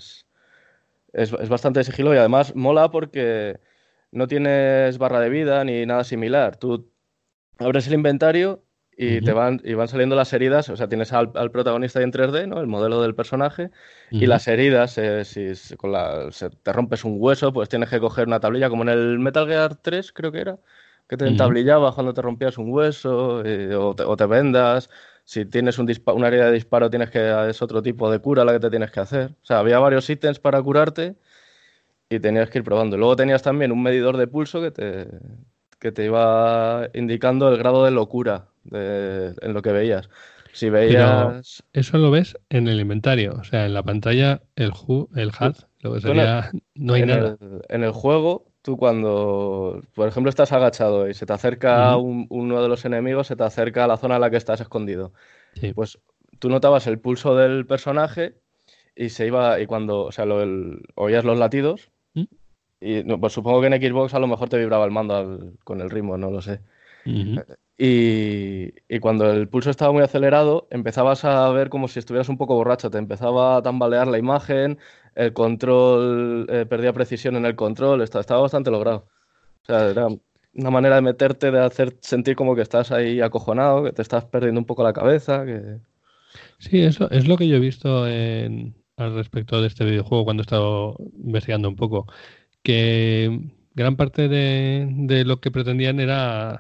es bastante de sigilo y además mola porque no tienes barra de vida ni nada similar. Tú abres el inventario y ujú, y van saliendo las heridas, o sea, tienes al protagonista ahí en 3D, ¿no? El modelo del personaje, y ujú, las heridas, si te rompes un hueso, pues tienes que coger una tablilla, como en el Metal Gear 3, creo que era, que te ujú. entablillabas cuando te rompías un hueso, o te vendas. Si tienes una herida de disparo, es otro tipo de cura la que te tienes que hacer. O sea, había varios ítems para curarte y tenías que ir probando. Luego tenías también un medidor de pulso que te iba indicando el grado de locura en lo que veías. Si Pero veías... eso lo ves en el inventario, o sea, en la pantalla, el Tú, HUD, lo que tú en el, sería, no hay en nada. el, en el juego, tú cuando, por ejemplo, estás agachado y se te acerca Ujú, uno de los enemigos, se te acerca a la zona en la que estás escondido. sí. Pues tú notabas el pulso del personaje y cuando, o sea, oías los latidos. Mm, Y no, pues supongo que en Xbox a lo mejor te vibraba el mando con el ritmo, no lo sé. ujú. Y cuando el pulso estaba muy acelerado, empezabas a ver como si estuvieras un poco borracho. Te empezaba a tambalear la imagen, el control, perdía precisión en el control, estaba bastante logrado. O sea, era una manera de meterte, de hacer sentir como que estás ahí acojonado, que te estás perdiendo un poco la cabeza. Sí, eso es lo que yo he visto al respecto de este videojuego cuando he estado investigando un poco, que gran parte de lo que pretendían era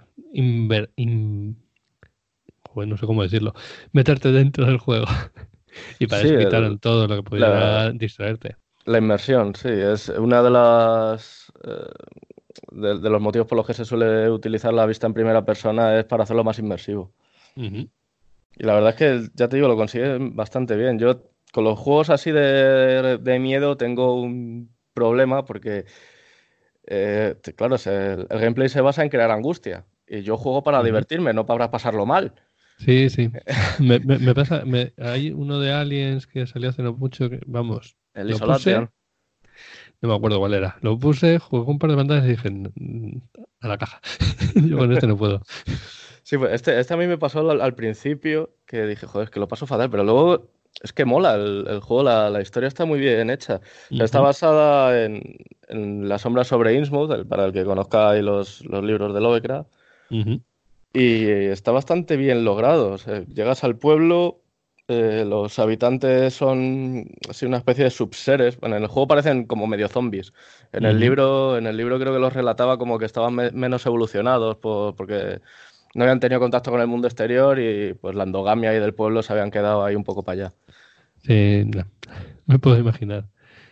joder, no sé cómo decirlo, meterte dentro del juego. Y para Sí, eso quitaron todo lo que la, pudiera distraerte. la inmersión, sí, es una de las... de los motivos por los que se suele utilizar la vista en primera persona es para hacerlo más inmersivo. Ujú. Y la verdad es que, ya te digo, lo consiguen bastante bien. Yo con los juegos así de miedo tengo un problema porque, claro, el gameplay se basa en crear angustia. Y yo juego para Ujú. divertirme, no para pasarlo mal. Sí, sí. Me pasa, hay uno de Aliens que salió hace no mucho, que, vamos, El lo puse, Isolation. no me acuerdo cuál era. Lo puse, jugué un par de pantallas y dije, a la caja. Yo con este no puedo. Sí, pues este a mí me pasó al principio que dije, joder, es que lo paso fatal, pero luego es que mola el juego, la historia está muy bien hecha. O sea, está Ujú, basada en La sombra sobre Innsmouth, para el que conozca ahí los libros de Lovecraft, ujú, y está bastante bien logrado. O sea, llegas al pueblo, los habitantes son así una especie de subseres. Bueno, en el juego parecen como medio zombies. ujú. En el libro creo que los relataba como que estaban menos evolucionados porque no habían tenido contacto con el mundo exterior y pues la endogamia ahí del pueblo se habían quedado ahí un poco para allá. Sí, no, me puedo imaginar.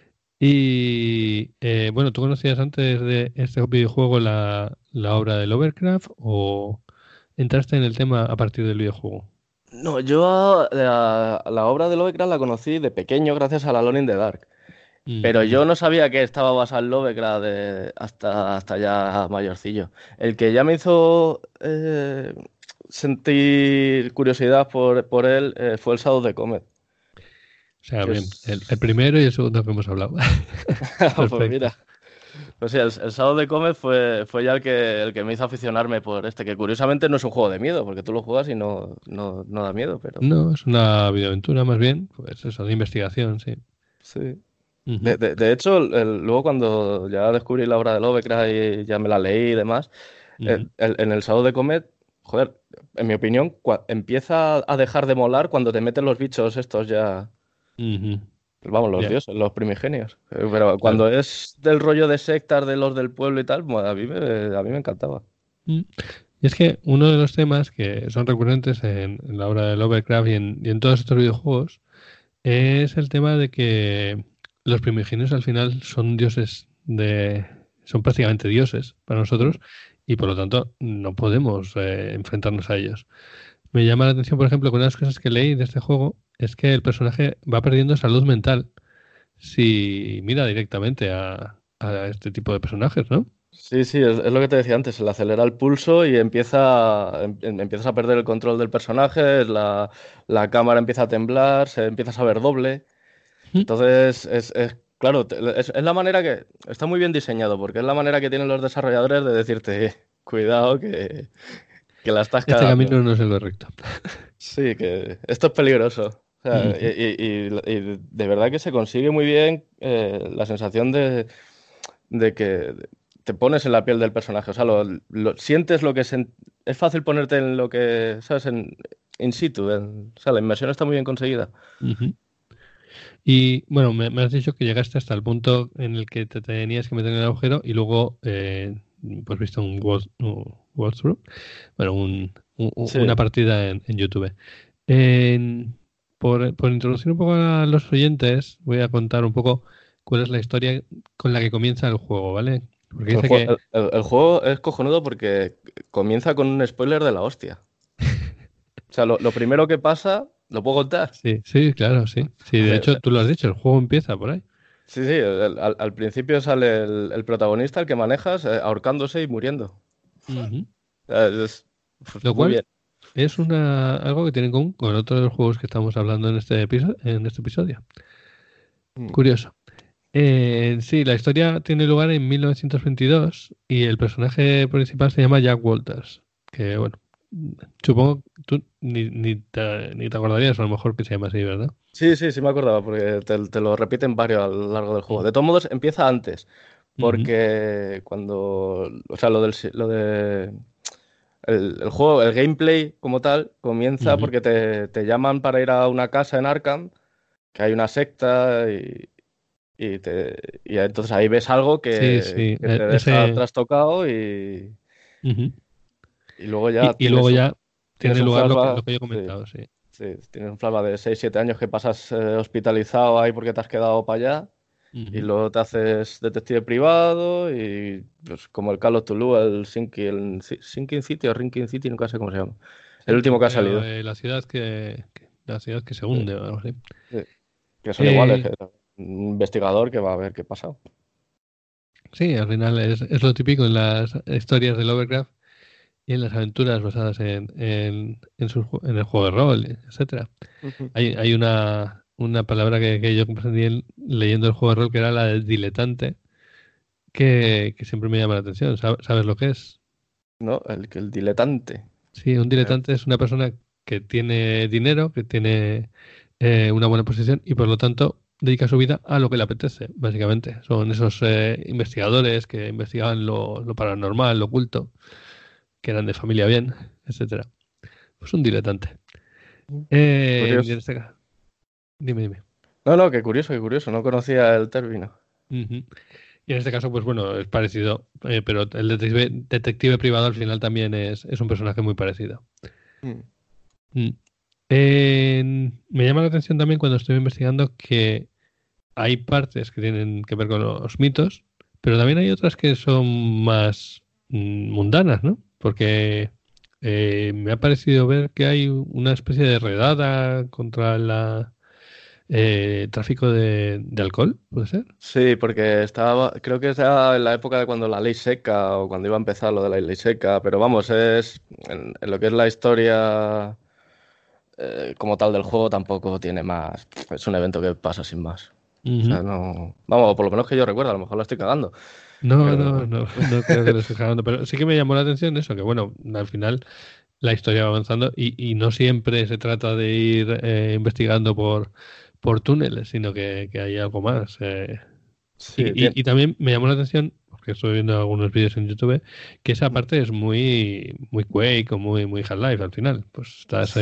Y bueno, ¿tú conocías antes de este videojuego la obra de Lovecraft o entraste en el tema a partir del videojuego? No, yo la obra de Lovecraft la conocí de pequeño gracias a la Alone in the Dark, pero Ujú. yo no sabía que estaba basado en Lovecraft hasta ya mayorcillo. El que ya me hizo sentir curiosidad por él fue el Shadow of the Comet, O sea, que bien, el es... primero y el segundo que hemos hablado. Pues Perfecto. mira. Pues sí, el Shadow of the Comet fue ya el que me hizo aficionarme por este, que curiosamente no es un juego de miedo, porque tú lo juegas y no da miedo, pero No, es una videoaventura más bien, pues eso, de investigación, sí. sí. Ujú, De hecho, luego cuando ya descubrí la obra de Lovecraft y ya me la leí y demás, ujú, en el Shadow of the Comet, joder, en mi opinión, empieza a dejar de molar cuando te meten los bichos estos ya, ujú. vamos, los Ya, dioses, los primigenios. Pero claro. cuando es del rollo de sectas de los del pueblo y tal, pues a mí me encantaba. Mm. Y es que uno de los temas que son recurrentes en la obra de Lovecraft y en todos estos videojuegos es el tema de que los primigenios al final son son prácticamente dioses para nosotros y por lo tanto no podemos enfrentarnos a ellos. Me llama la atención, por ejemplo, que una de las cosas que leí de este juego es que el personaje va perdiendo salud mental si mira directamente a este tipo de personajes, ¿no? Sí, es lo que te decía antes, se le acelera el pulso y empiezas a perder el control del personaje, la cámara empieza a temblar, se empieza a saber doble. Entonces, claro, es la manera que está muy bien diseñado, porque es la manera que tienen los desarrolladores de decirte, cuidado que la estás Este cagando. camino no es el correcto. Sí, que esto es peligroso. O sea, y de verdad que se consigue muy bien la sensación de que te pones en la piel del personaje. O sea, sientes lo que es fácil ponerte en lo que, ¿sabes? In situ. O sea, la inmersión está muy bien conseguida. Ujú. Y bueno, me has dicho que llegaste hasta el punto en el que te tenías que meter en el agujero y luego pues viste un walkthrough, bueno, Sí. una partida en YouTube. Por introducir un poco a los oyentes, voy a contar un poco cuál es la historia con la que comienza el juego, ¿vale? Porque El, dice jue- que... el juego es cojonudo porque comienza con un spoiler de la hostia. O sea, lo primero que pasa, ¿lo puedo contar? Sí, claro, sí. Sí, de hecho, tú lo has dicho, el juego empieza por ahí. Sí, al principio sale el protagonista, el que manejas, ahorcándose y muriendo. Ujú. O sea, Lo muy cual bien. es algo que tiene en común con otro de los juegos que estamos hablando en este episodio. Curioso. Sí, la historia tiene lugar en 1922 y el personaje principal se llama Jack Walters, que bueno, supongo tú ni te acordarías a lo mejor que se llama así, ¿verdad? Sí, me acordaba, porque te lo repiten varios a lo largo del juego. De todos modos, empieza antes, Ujú, porque cuando, o sea, el juego, el gameplay como tal, comienza ujú. porque te llaman para ir a una casa en Arkham, que hay una secta y entonces ahí ves algo Sí, que te deja ese... trastocado y ujú. luego ya Y luego ya tienes tiene un lugar flashback. lo que yo he Sí. comentado, sí. Sí, tienes un flashback de 6 7 años que pasas hospitalizado ahí porque te has quedado para allá y Ujú. luego te haces detective privado y pues como el Call of Cthulhu, Sinking City o Rinking City, nunca sé cómo se llama. El Sí, último que ha pero salido. la ciudad que se Sí, hunde o algo así. sí. Que son iguales, Eh, que un investigador que va a ver qué pasa. sí, al final es lo típico en las historias de Lovecraft y en las aventuras basadas en el juego de rol, etcétera. Ujú. Hay una palabra que yo comprendí leyendo el juego de rol que era la de diletante, que siempre me llama la atención. ¿Sabes lo que es? ¿No? El diletante. Sí, un Eh, diletante es una persona que tiene dinero, que tiene una buena posición y por lo tanto dedica su vida a lo que le apetece, básicamente. Son esos investigadores que investigaban lo paranormal, lo oculto, que eran de familia bien, etcétera. Pues un diletante. Y en Curioso. este caso, dime. No, qué curioso. No conocía el término. Ujú. Y en este caso, pues bueno, es parecido, pero el detective privado al final también es un personaje muy parecido. Mm. Mm. Me llama la atención también cuando estoy investigando que hay partes que tienen que ver con los mitos, pero también hay otras que son más mundanas, ¿no? Porque me ha parecido ver que hay una especie de redada contra el tráfico de alcohol, ¿puede ser? Sí, porque creo que era en la época de cuando la ley seca o cuando iba a empezar lo de la ley seca, pero vamos, en lo que es la historia como tal del juego tampoco tiene más, es un evento que pasa sin más. O Ujú. sea, no, vamos, por lo menos que yo recuerdo, a lo mejor la estoy cagando, No, pero no, no, no creo que lo estés cagando, pero sí que me llamó la atención eso, que bueno, al final la historia va avanzando y no siempre se trata de ir investigando por túneles, sino que hay algo más. sí, Y también me llamó la atención, porque estoy viendo algunos vídeos en YouTube, que esa parte es muy Quake o muy Half-Life al final. Pues estás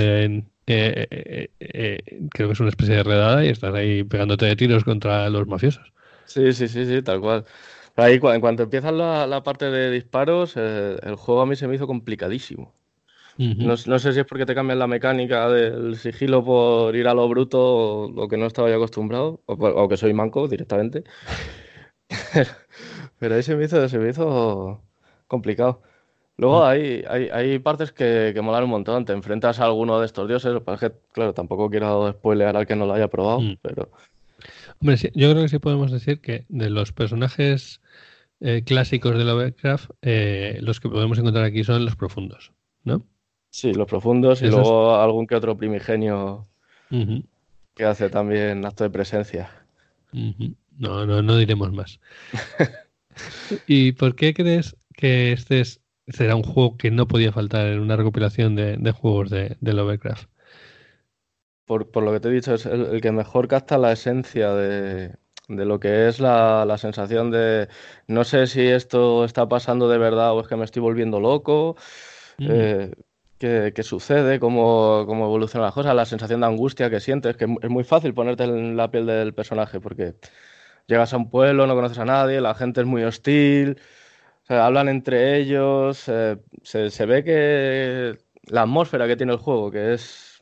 creo que es una especie de redada y estás ahí pegándote de tiros contra los mafiosos. sí, tal cual. Ahí, en cuanto empiezas la parte de disparos, el juego a mí se me hizo complicadísimo. No sé si es porque te cambian la mecánica del sigilo por ir a lo bruto o lo que no estaba yo acostumbrado, o que soy manco directamente. Pero ahí se me hizo complicado. Luego hay partes que molan un montón. Te enfrentas a alguno de estos dioses. Lo que pasa es que, claro, tampoco quiero spoilear al que no lo haya probado, pero Hombre, sí, yo creo que sí podemos decir que de los personajes clásicos de Lovecraft, los que podemos encontrar aquí son los profundos, ¿no? sí, los profundos y Esos. luego algún que otro primigenio Ujú, que hace también acto de presencia. ujú. No diremos más. ¿Y por qué crees que será un juego que no podía faltar en una recopilación de juegos de Lovecraft? Por lo que te he dicho, es el que mejor capta la esencia de lo que es la sensación de no sé si esto está pasando de verdad o es que me estoy volviendo loco, eh, qué sucede, cómo evolucionan las cosas, la sensación de angustia que sientes, que es muy fácil ponerte en la piel del personaje porque llegas a un pueblo, no conoces a nadie, la gente es muy hostil, o sea, hablan entre ellos, se ve que la atmósfera que tiene el juego, que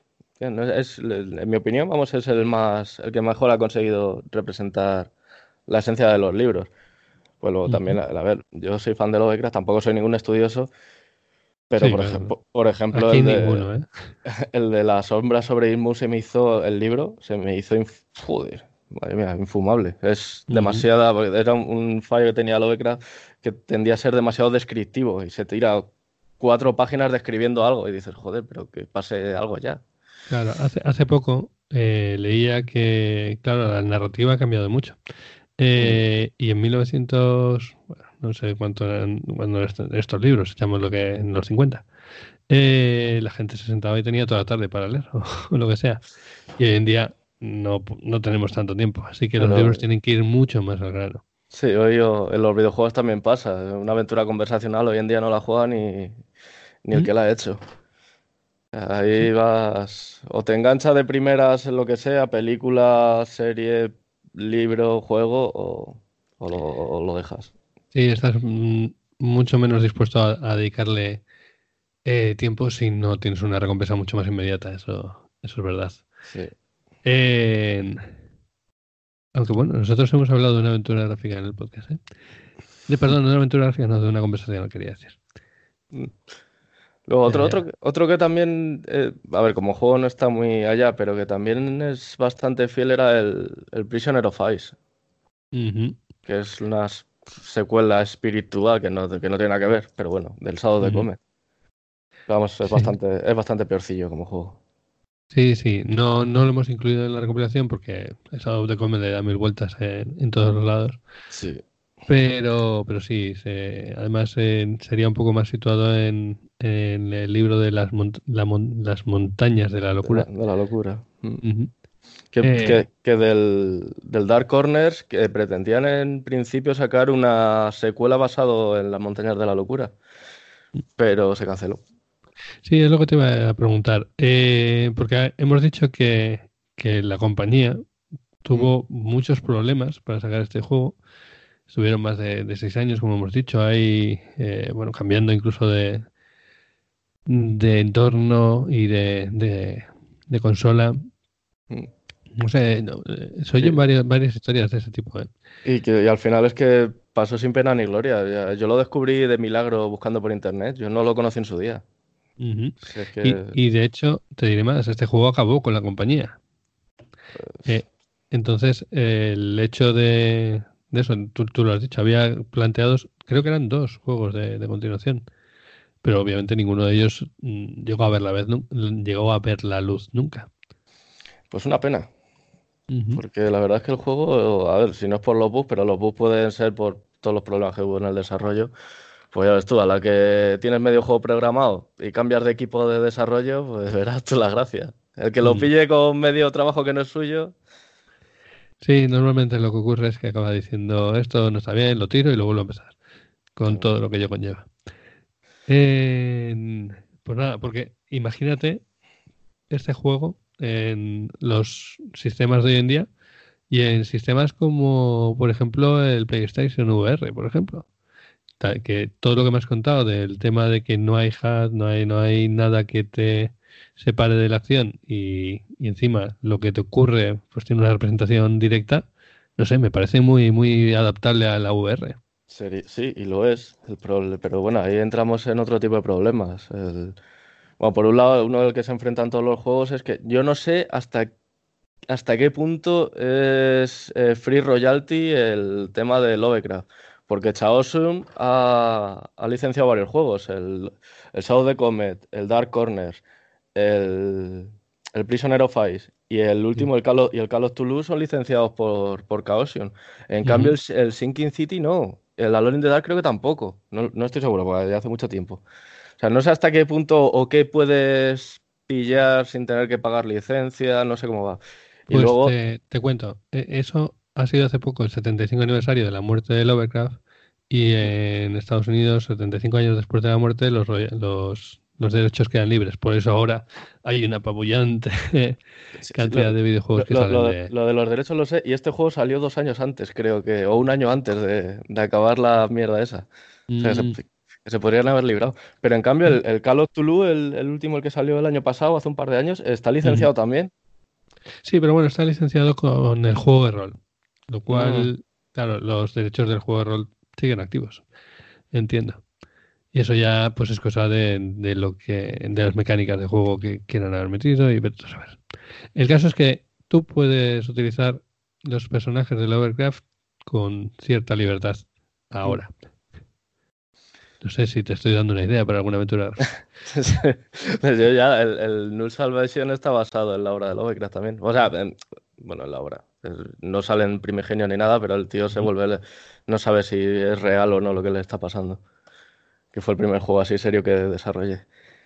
en mi opinión, vamos, es el que mejor ha conseguido representar la esencia de los libros. Pues luego también, a ver, yo soy fan de Lovecraft, tampoco soy ningún estudioso, pero Sí, claro. por ejemplo Aquí ninguno, ¿eh? el de La sombra sobre Inmus el libro, se me hizo, joder, madre mía, infumable. Es Ujú. demasiada, porque era un fallo que tenía Lovecraft que tendía a ser demasiado descriptivo y se tira 4 páginas describiendo algo y dices, joder, pero que pase algo ya. Claro, hace poco leía que, claro, la narrativa ha cambiado mucho. Mm. Y en 1900, bueno, no sé cuánto eran cuando estos libros, echamos lo que en los 50, la gente se sentaba y tenía toda la tarde para leer o lo que sea. Y hoy en día no tenemos tanto tiempo, así que los libros Pero tienen que ir mucho más al grano. sí, en los videojuegos también pasa. Una aventura conversacional hoy en día no la juega ni el ¿Mm? que la ha hecho. Ahí Sí, vas, o te engancha de primeras en lo que sea, película, serie, libro, juego, o lo dejas. sí, estás mucho menos dispuesto a dedicarle tiempo si no tienes una recompensa mucho más inmediata, eso es verdad. Sí. En- Aunque bueno, nosotros hemos hablado de una aventura gráfica en el podcast, ¿eh? Perdón, de una aventura gráfica, no, de una conversación, quería decir. Mm. Luego, Ya, ya. otro que también, a ver, como juego no está muy allá, pero que también es bastante fiel era el Prisoner of Ice, Ujú, que es una secuela espiritual que no tiene nada que ver, pero bueno, del Shadow de ujú. Comet. Vamos, Sí, es bastante peorcillo como juego. sí, sí. No lo hemos incluido en la recopilación porque eso de comer le da mil vueltas en todos los lados. Sí, Pero sí, además sería un poco más situado en el libro de las montañas de la locura. de la locura. Mm. Ujú. Que, Eh, que- que del Dark Corners que pretendían en principio sacar una secuela basado en las montañas de la locura, pero se canceló. sí, es lo que te iba a preguntar. Porque hemos dicho que la compañía Mm. tuvo muchos problemas para sacar este juego. Estuvieron más de 6 años, como hemos dicho, ahí, bueno, cambiando incluso de entorno y de consola. Mm. No sé, se Sí. oyen varias historias de ese tipo, ¿eh? Y al final es que pasó sin pena ni gloria. Yo lo descubrí de milagro buscando por internet. Yo no lo conocí en su día. Ujú. Si es Y, que y de hecho, te diré más, este juego acabó con la compañía. Eh, entonces, el hecho de eso, tú lo has dicho, había planteados, creo que eran dos juegos de continuación, pero obviamente ninguno de ellos llegó a ver la luz nunca. pues una pena. Ujú. Porque la verdad es que el juego, a ver, si no es por los bugs, pero los bugs pueden ser por todos los problemas que hubo en el desarrollo. Pues ya ves tú, a la que tienes medio juego programado y cambias de equipo de desarrollo, pues verás tú la gracia. El que lo Mm. pille con medio trabajo que no es suyo, Sí, normalmente lo que ocurre es que acaba diciendo esto no está bien, lo tiro y lo vuelvo a empezar, con todo lo que ello conlleva. Pues nada, porque imagínate este juego en los sistemas de hoy en día Y en sistemas como, por ejemplo, el PlayStation VR, por ejemplo. Que todo lo que me has contado del tema de que no hay HUD, no hay nada que te separe de la acción y encima lo que te ocurre pues tiene una representación directa, no sé, me parece muy muy adaptable a la VR. Sí, y lo es. Pero bueno, ahí entramos en otro tipo de problemas. Bueno, por un lado, uno del que se enfrentan todos los juegos es que yo no sé hasta qué punto es free royalty el tema de Lovecraft. Porque Chaosium ha licenciado varios juegos. El Shadow of the Comet, el Dark Corners, el, el Prisoner of Ice y el último, el Call of Toulouse, son licenciados por Chaosium. En cambio, el Sinking City no. El Alone in the Dark creo que tampoco. No estoy seguro, porque ya hace mucho tiempo. O sea, no sé hasta qué punto o qué puedes pillar sin tener que pagar licencia, no sé cómo va. Y Pues luego, te cuento, eso ha sido hace poco el 75 aniversario de la muerte de Lovecraft y en Estados Unidos, 75 años después de la muerte, los derechos quedan libres. Por eso ahora hay una apabullante cantidad de videojuegos que salen de... lo de los derechos lo sé, y este juego salió 2 años antes, creo que, o un año antes de acabar la mierda esa. O sea, Mm, que se podrían haber librado. Pero en cambio, el Call of Toulouse, el último, el que salió el año pasado, hace un par de años, está ujú. licenciado también. Sí, pero bueno, está licenciado con el juego de rol, lo Mm. cual, claro, los derechos del juego de rol siguen activos, entiendo. Y eso ya pues es cosa de lo que de las mecánicas de juego que quieran haber metido y ver a saber. El caso es que tú puedes utilizar los personajes de Lovecraft con cierta libertad ahora. No sé si te estoy dando una idea para alguna aventura gráfica. Pues yo ya, el Null Salvation está basado en la obra de Lovecraft también. O sea, bueno, en la obra. No sale en Primigenio ni nada, pero el tío se Ujú. vuelve, no sabe si es real o no lo que le está pasando. Que fue el primer juego así serio que desarrollé.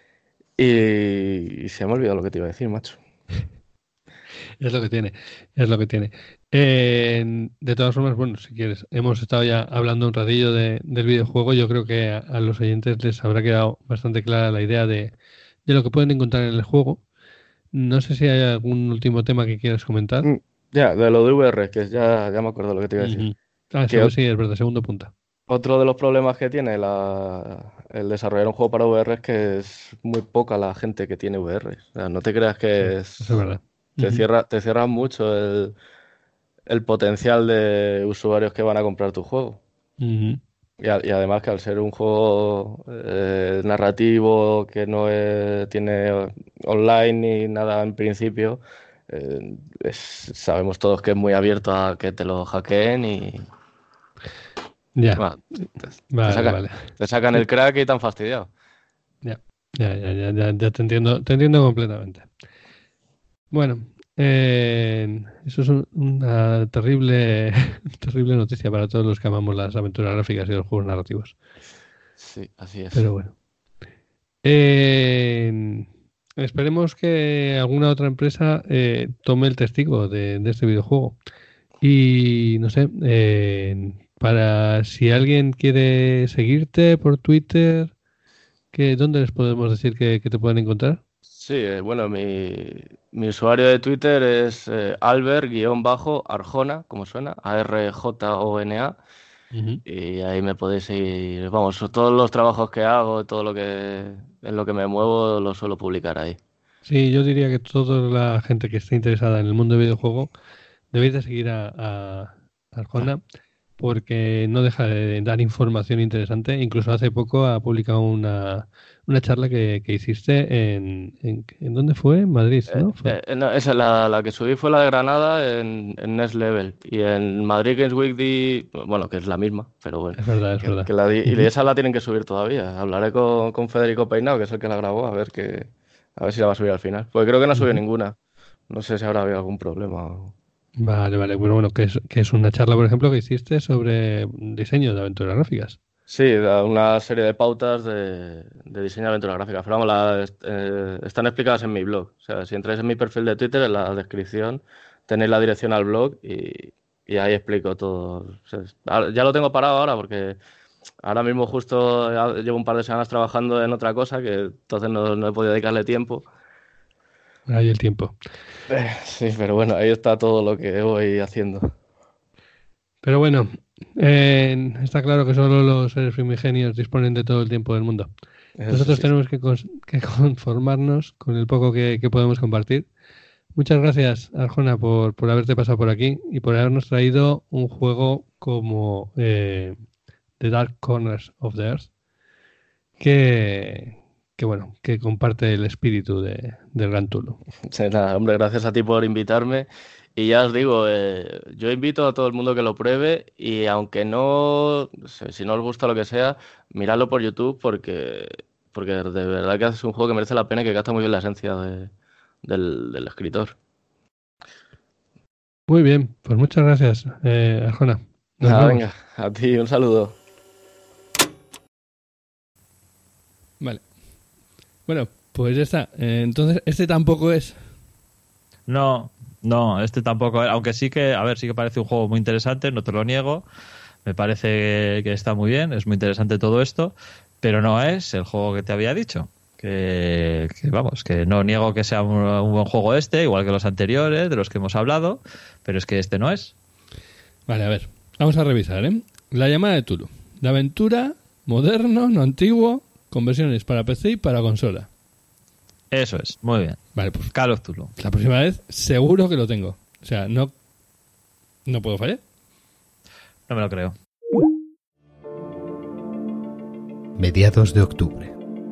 Y se me ha olvidado lo que te iba a decir, macho. Es lo que tiene, es lo que tiene. De todas formas, bueno, si quieres, hemos estado ya hablando un ratillo del videojuego. Yo creo que a los oyentes les habrá quedado bastante clara la idea de lo que pueden encontrar en el juego. No sé si hay algún último tema que quieras comentar. Mm, Ya, de lo de VR, que ya me acuerdo lo que te iba a decir. Ujú. Ah, Que sí, es verdad, segundo punto. otro de los problemas que tiene el desarrollar un juego para VR es que es muy poca la gente que tiene VR. O sea, no te creas Sí, que eso es verdad. Ujú, te cierra mucho el potencial de usuarios que van a comprar tu juego. ujú. Y además que al ser un juego narrativo que no tiene online ni nada en principio, sabemos todos que es muy abierto a que te lo hackeen y Ya, bueno, te, te vale, sacan, vale. te sacan el Sí, crack y te han fastidiado. ya, ya te entiendo completamente. Bueno, eso es una terrible, terrible noticia para todos los que amamos las aventuras gráficas y los juegos narrativos. Sí, así es. Pero bueno. Eh, esperemos que alguna otra empresa tome el testigo de este videojuego. Y no sé, para si alguien quiere seguirte por Twitter, ¿dónde les podemos decir que te pueden encontrar? Sí, bueno, mi usuario de Twitter es Albert-Arjona, como suena, Arjona. Ujú. Y ahí me podéis seguir. Vamos, todos los trabajos que hago, todo lo en lo que me muevo, lo suelo publicar ahí. Sí, yo diría que toda la gente que esté interesada en el mundo del videojuego debéis de seguir a Arjona porque no deja de dar información interesante. Incluso hace poco ha publicado una charla que hiciste ¿en dónde fue? En Madrid, ¿no? Fue. No, esa, la que subí fue la de Granada en Next Level. Y en Madrid Games Week bueno, que es la misma, pero bueno, Es verdad, es verdad. que la di, y Ujú. esa la tienen que subir todavía. Hablaré con Federico Peinado, que es el que la grabó, a ver si la va a subir al final. Porque creo que no ha subido Ujú. ninguna. No sé si habrá habido algún problema. Vale, vale. Bueno, que es una charla, por ejemplo, que hiciste sobre diseño de aventuras gráficas. Sí, da una serie de pautas de diseño de aventuras gráficas. Pero vamos, están explicadas en mi blog. O sea, si entráis en mi perfil de Twitter, en la descripción tenéis la dirección al blog y ahí explico todo. O sea, ya lo tengo parado ahora porque ahora mismo justo llevo un par de semanas trabajando en otra cosa que entonces no he podido dedicarle tiempo. ahí el tiempo. Sí, pero bueno, ahí está todo lo que voy haciendo. Pero bueno, está claro que solo los seres primigenios disponen de todo el tiempo del mundo. Eso Nosotros sí. tenemos que conformarnos con el poco que podemos compartir. Muchas gracias, Arjona, por haberte pasado por aquí y por habernos traído un juego como The Dark Corners of the Earth, que comparte el espíritu del Gran Tulu. Sí, nada, hombre, gracias a ti por invitarme. Y ya os digo, yo invito a todo el mundo que lo pruebe y aunque no, sé, si no os gusta lo que sea, miradlo por YouTube porque de verdad que es un juego que merece la pena y que gasta muy bien la esencia del escritor. Muy bien, pues muchas gracias, Arjona. Nos Nada, vemos. venga, a ti un saludo. Vale. Bueno, pues ya está. Entonces, este tampoco es. No, este tampoco. Aunque sí que, a ver, sí que parece un juego muy interesante, no te lo niego. Me parece que está muy bien, es muy interesante todo esto, pero no es el juego que te había dicho. Vamos, que no niego que sea un buen juego este, igual que los anteriores, de los que hemos hablado, pero es que este no es. Vale, a ver. Vamos a revisar, ¿eh? La llamada de Tulu. De aventura, moderno, no antiguo, con versiones para PC y para consola. Eso es, muy bien. Vale, pues Call of Cthulhu. la próxima vez seguro que lo tengo. O sea, no puedo fallar. No me lo creo. Mediados de octubre.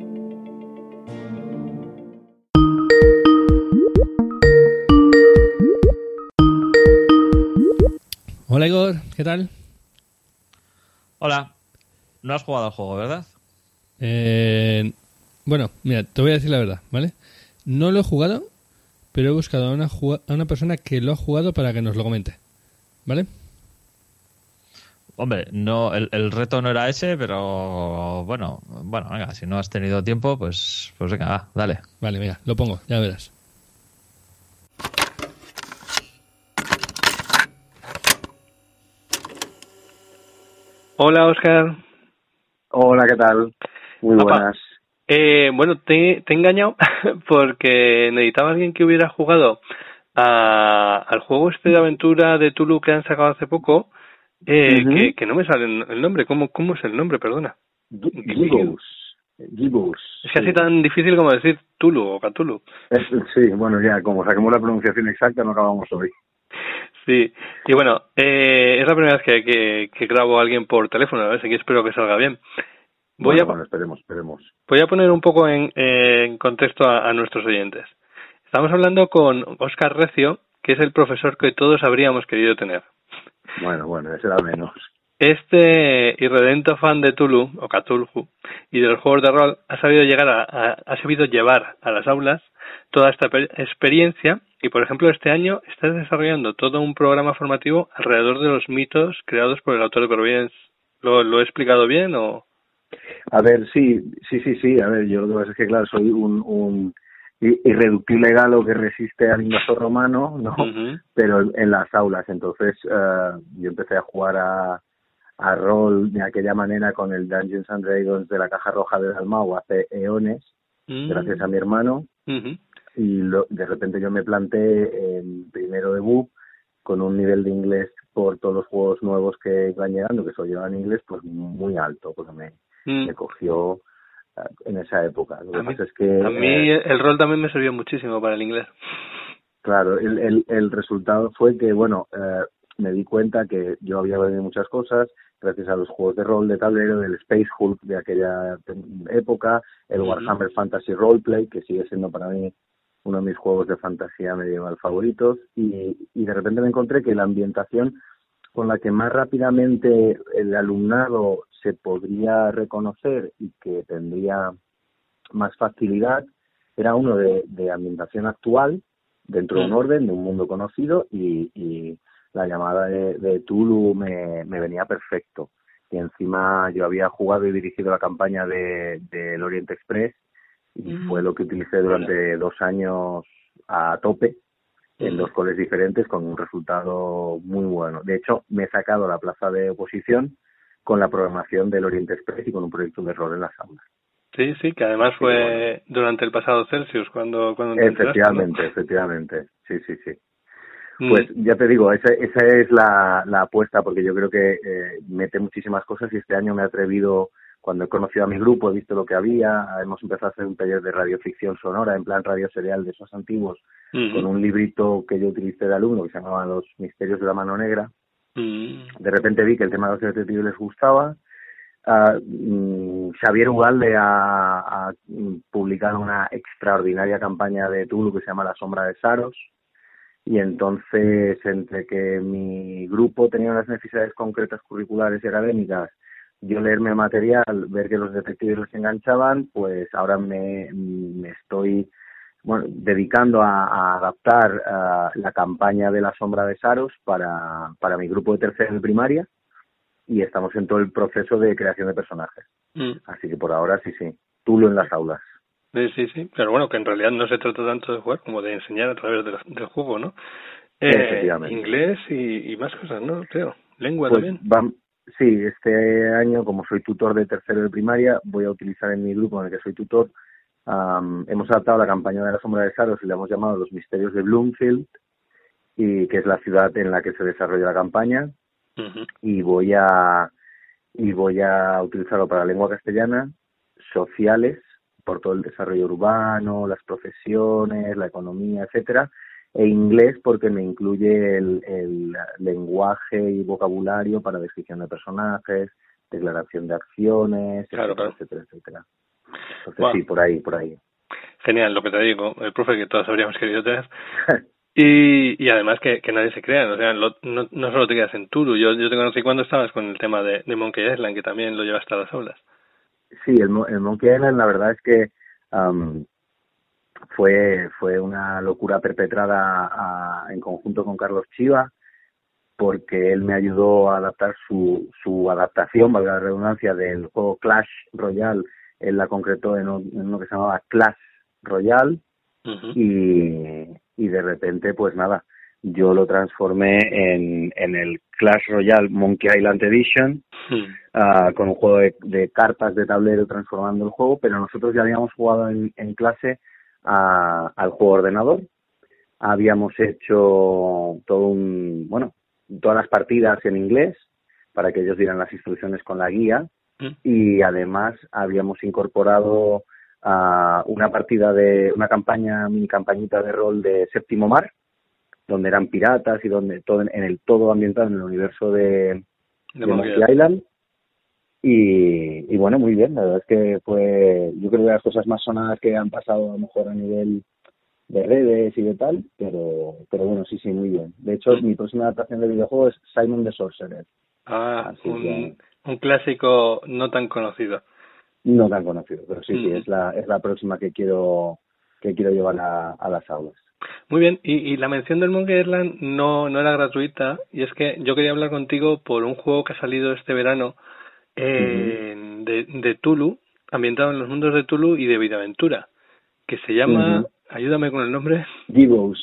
Hola Igor, ¿qué tal? Hola, no has jugado al juego, ¿verdad? Bueno, mira, te voy a decir la verdad, ¿vale? No lo he jugado, pero he buscado a una persona que lo ha jugado para que nos lo comente, ¿vale? Hombre, no, el reto no era ese, pero bueno, venga, si no has tenido tiempo, pues venga, va, dale. Vale, mira, lo pongo, ya verás. Hola, Óscar. Hola, ¿qué tal? Muy Apa. buenas. Bueno, te he engañado porque necesitaba alguien que hubiera jugado al juego este de aventura de Tulu que han sacado hace poco, que no me sale el nombre. ¿Cómo es el nombre? Perdona. Gibbous. Es casi tan difícil como decir Tulu o Cthulhu. Sí, bueno, ya, como saquemos la pronunciación exacta, no acabamos hoy. Sí, y bueno, es la primera vez que grabo a alguien por teléfono, así que espero que salga bien. Bueno, esperemos. Voy a poner un poco en contexto a nuestros oyentes. Estamos hablando con Óscar Recio, que es el profesor que todos habríamos querido tener. Bueno, ese era menos. Este irredento fan de Tulu, o Cthulhu, y de los juegos de rol, ha sabido llevar a las aulas toda esta experiencia y, por ejemplo, este año estás desarrollando todo un programa formativo alrededor de los mitos creados por el autor de Providence. ¿Lo he explicado bien o...? A ver, sí. A ver, yo lo que pasa es que, claro, soy un irreductible galo que resiste al invasor romano, ¿no? Uh-huh. Pero en las aulas. Entonces, yo empecé a jugar a rol de aquella manera con el Dungeons and Dragons de la Caja Roja de Dalmau hace eones, gracias a mi hermano. Uh-huh. Y de repente yo me planté en primero de BUP con un nivel de inglés por todos los juegos nuevos que iban llegando, que solo llevaban inglés, pues muy alto, porque me cogió en esa época. Lo que pasa es que a mí el rol también me sirvió muchísimo para el inglés. Claro, el resultado fue que, me di cuenta que yo había aprendido muchas cosas gracias a los juegos de rol de tablero, del Space Hulk de aquella época, el Warhammer Fantasy Roleplay, que sigue siendo para mí uno de mis juegos de fantasía medieval favoritos, y de repente me encontré que la ambientación con la que más rápidamente el alumnado se podría reconocer y que tendría más facilidad era uno de ambientación actual, dentro de un orden, de un mundo conocido, y la llamada de Tulu me venía perfecto. Y encima yo había jugado y dirigido la campaña del Orient Express, y fue lo que utilicé durante 2 años a tope, en 2 coles diferentes, con un resultado muy bueno. De hecho, me he sacado la plaza de oposición con la programación del Orient Express y con un proyecto de rol en las aulas. Sí, sí, que además fue durante el pasado Celsius cuando Efectivamente. Sí. Pues ya te digo, esa es la apuesta, porque yo creo que mete muchísimas cosas y este año me he atrevido, cuando he conocido a mi grupo, he visto lo que había, hemos empezado a hacer un taller de radioficción sonora, en plan radio serial de esos antiguos, con un librito que yo utilicé de alumno que se llamaba Los misterios de la mano negra. De repente vi que el tema de los detectives les gustaba. Xavier Ugalde ha publicado una extraordinaria campaña de Tulu que se llama La sombra de Saros. Y entonces, entre que mi grupo tenía unas necesidades concretas curriculares y académicas, yo leerme material, ver que los detectives les enganchaban, pues ahora me estoy dedicando a adaptar la campaña de La sombra de Saros para mi grupo de tercero de primaria, y estamos en todo el proceso de creación de personajes. Así que por ahora sí, Tulo en las aulas. Sí, pero bueno, que en realidad no se trata tanto de jugar como de enseñar a través del juego, ¿no? Efectivamente. Inglés y más cosas, ¿no? Creo. Lengua pues también. Sí, este año, como soy tutor de tercero de primaria, voy a utilizar en mi grupo en el que soy tutor, hemos adaptado la campaña de La sombra de Saros y la hemos llamado Los misterios de Bloomfield, y que es la ciudad en la que se desarrolla la campaña. Y voy a utilizarlo para lengua castellana, sociales, por todo el desarrollo urbano, las profesiones, la economía, etcétera, e inglés porque me incluye el lenguaje y vocabulario para descripción de personajes, declaración de acciones, etcétera. Entonces sí, por ahí. Genial, lo que te digo, el profe que todos habríamos querido tener. Y además que nadie se crea, o sea, no solo te quedas en Tulu. Yo te conocí cuando estabas con el tema de Monkey Island, que también lo llevaste a las aulas. Sí, el Monkey Island, la verdad es que fue una locura perpetrada en conjunto con Carlos Chiva, porque él me ayudó a adaptar su adaptación, valga la redundancia, del juego Clash Royale. Él la concretó en uno que se llamaba Clash Royale. Y de repente, pues nada, yo lo transformé en el Clash Royale Monkey Island Edition, con un juego de cartas de tablero transformando el juego, pero nosotros ya habíamos jugado en clase al juego ordenador. Habíamos hecho todas las partidas en inglés para que ellos dieran las instrucciones con la guía, y además habíamos incorporado una mini campañita de rol de Séptimo Mar, donde eran piratas y donde todo ambientado en el universo de Monkey Island. Y bueno, muy bien, la verdad es que fue, yo creo que las cosas más sonadas que han pasado a lo mejor a nivel de redes y de tal, pero bueno, sí, muy bien. De hecho, mi próxima adaptación de videojuego es Simon the Sorcerer. Un clásico no tan conocido. No tan conocido, pero sí, es la próxima que quiero llevar a las aulas. Muy bien, y la mención del Monkey Island no era gratuita, y es que yo quería hablar contigo por un juego que ha salido este verano de Tulu, ambientado en los mundos de Tulu y de Videaventura, que se llama, ayúdame con el nombre. Gibos,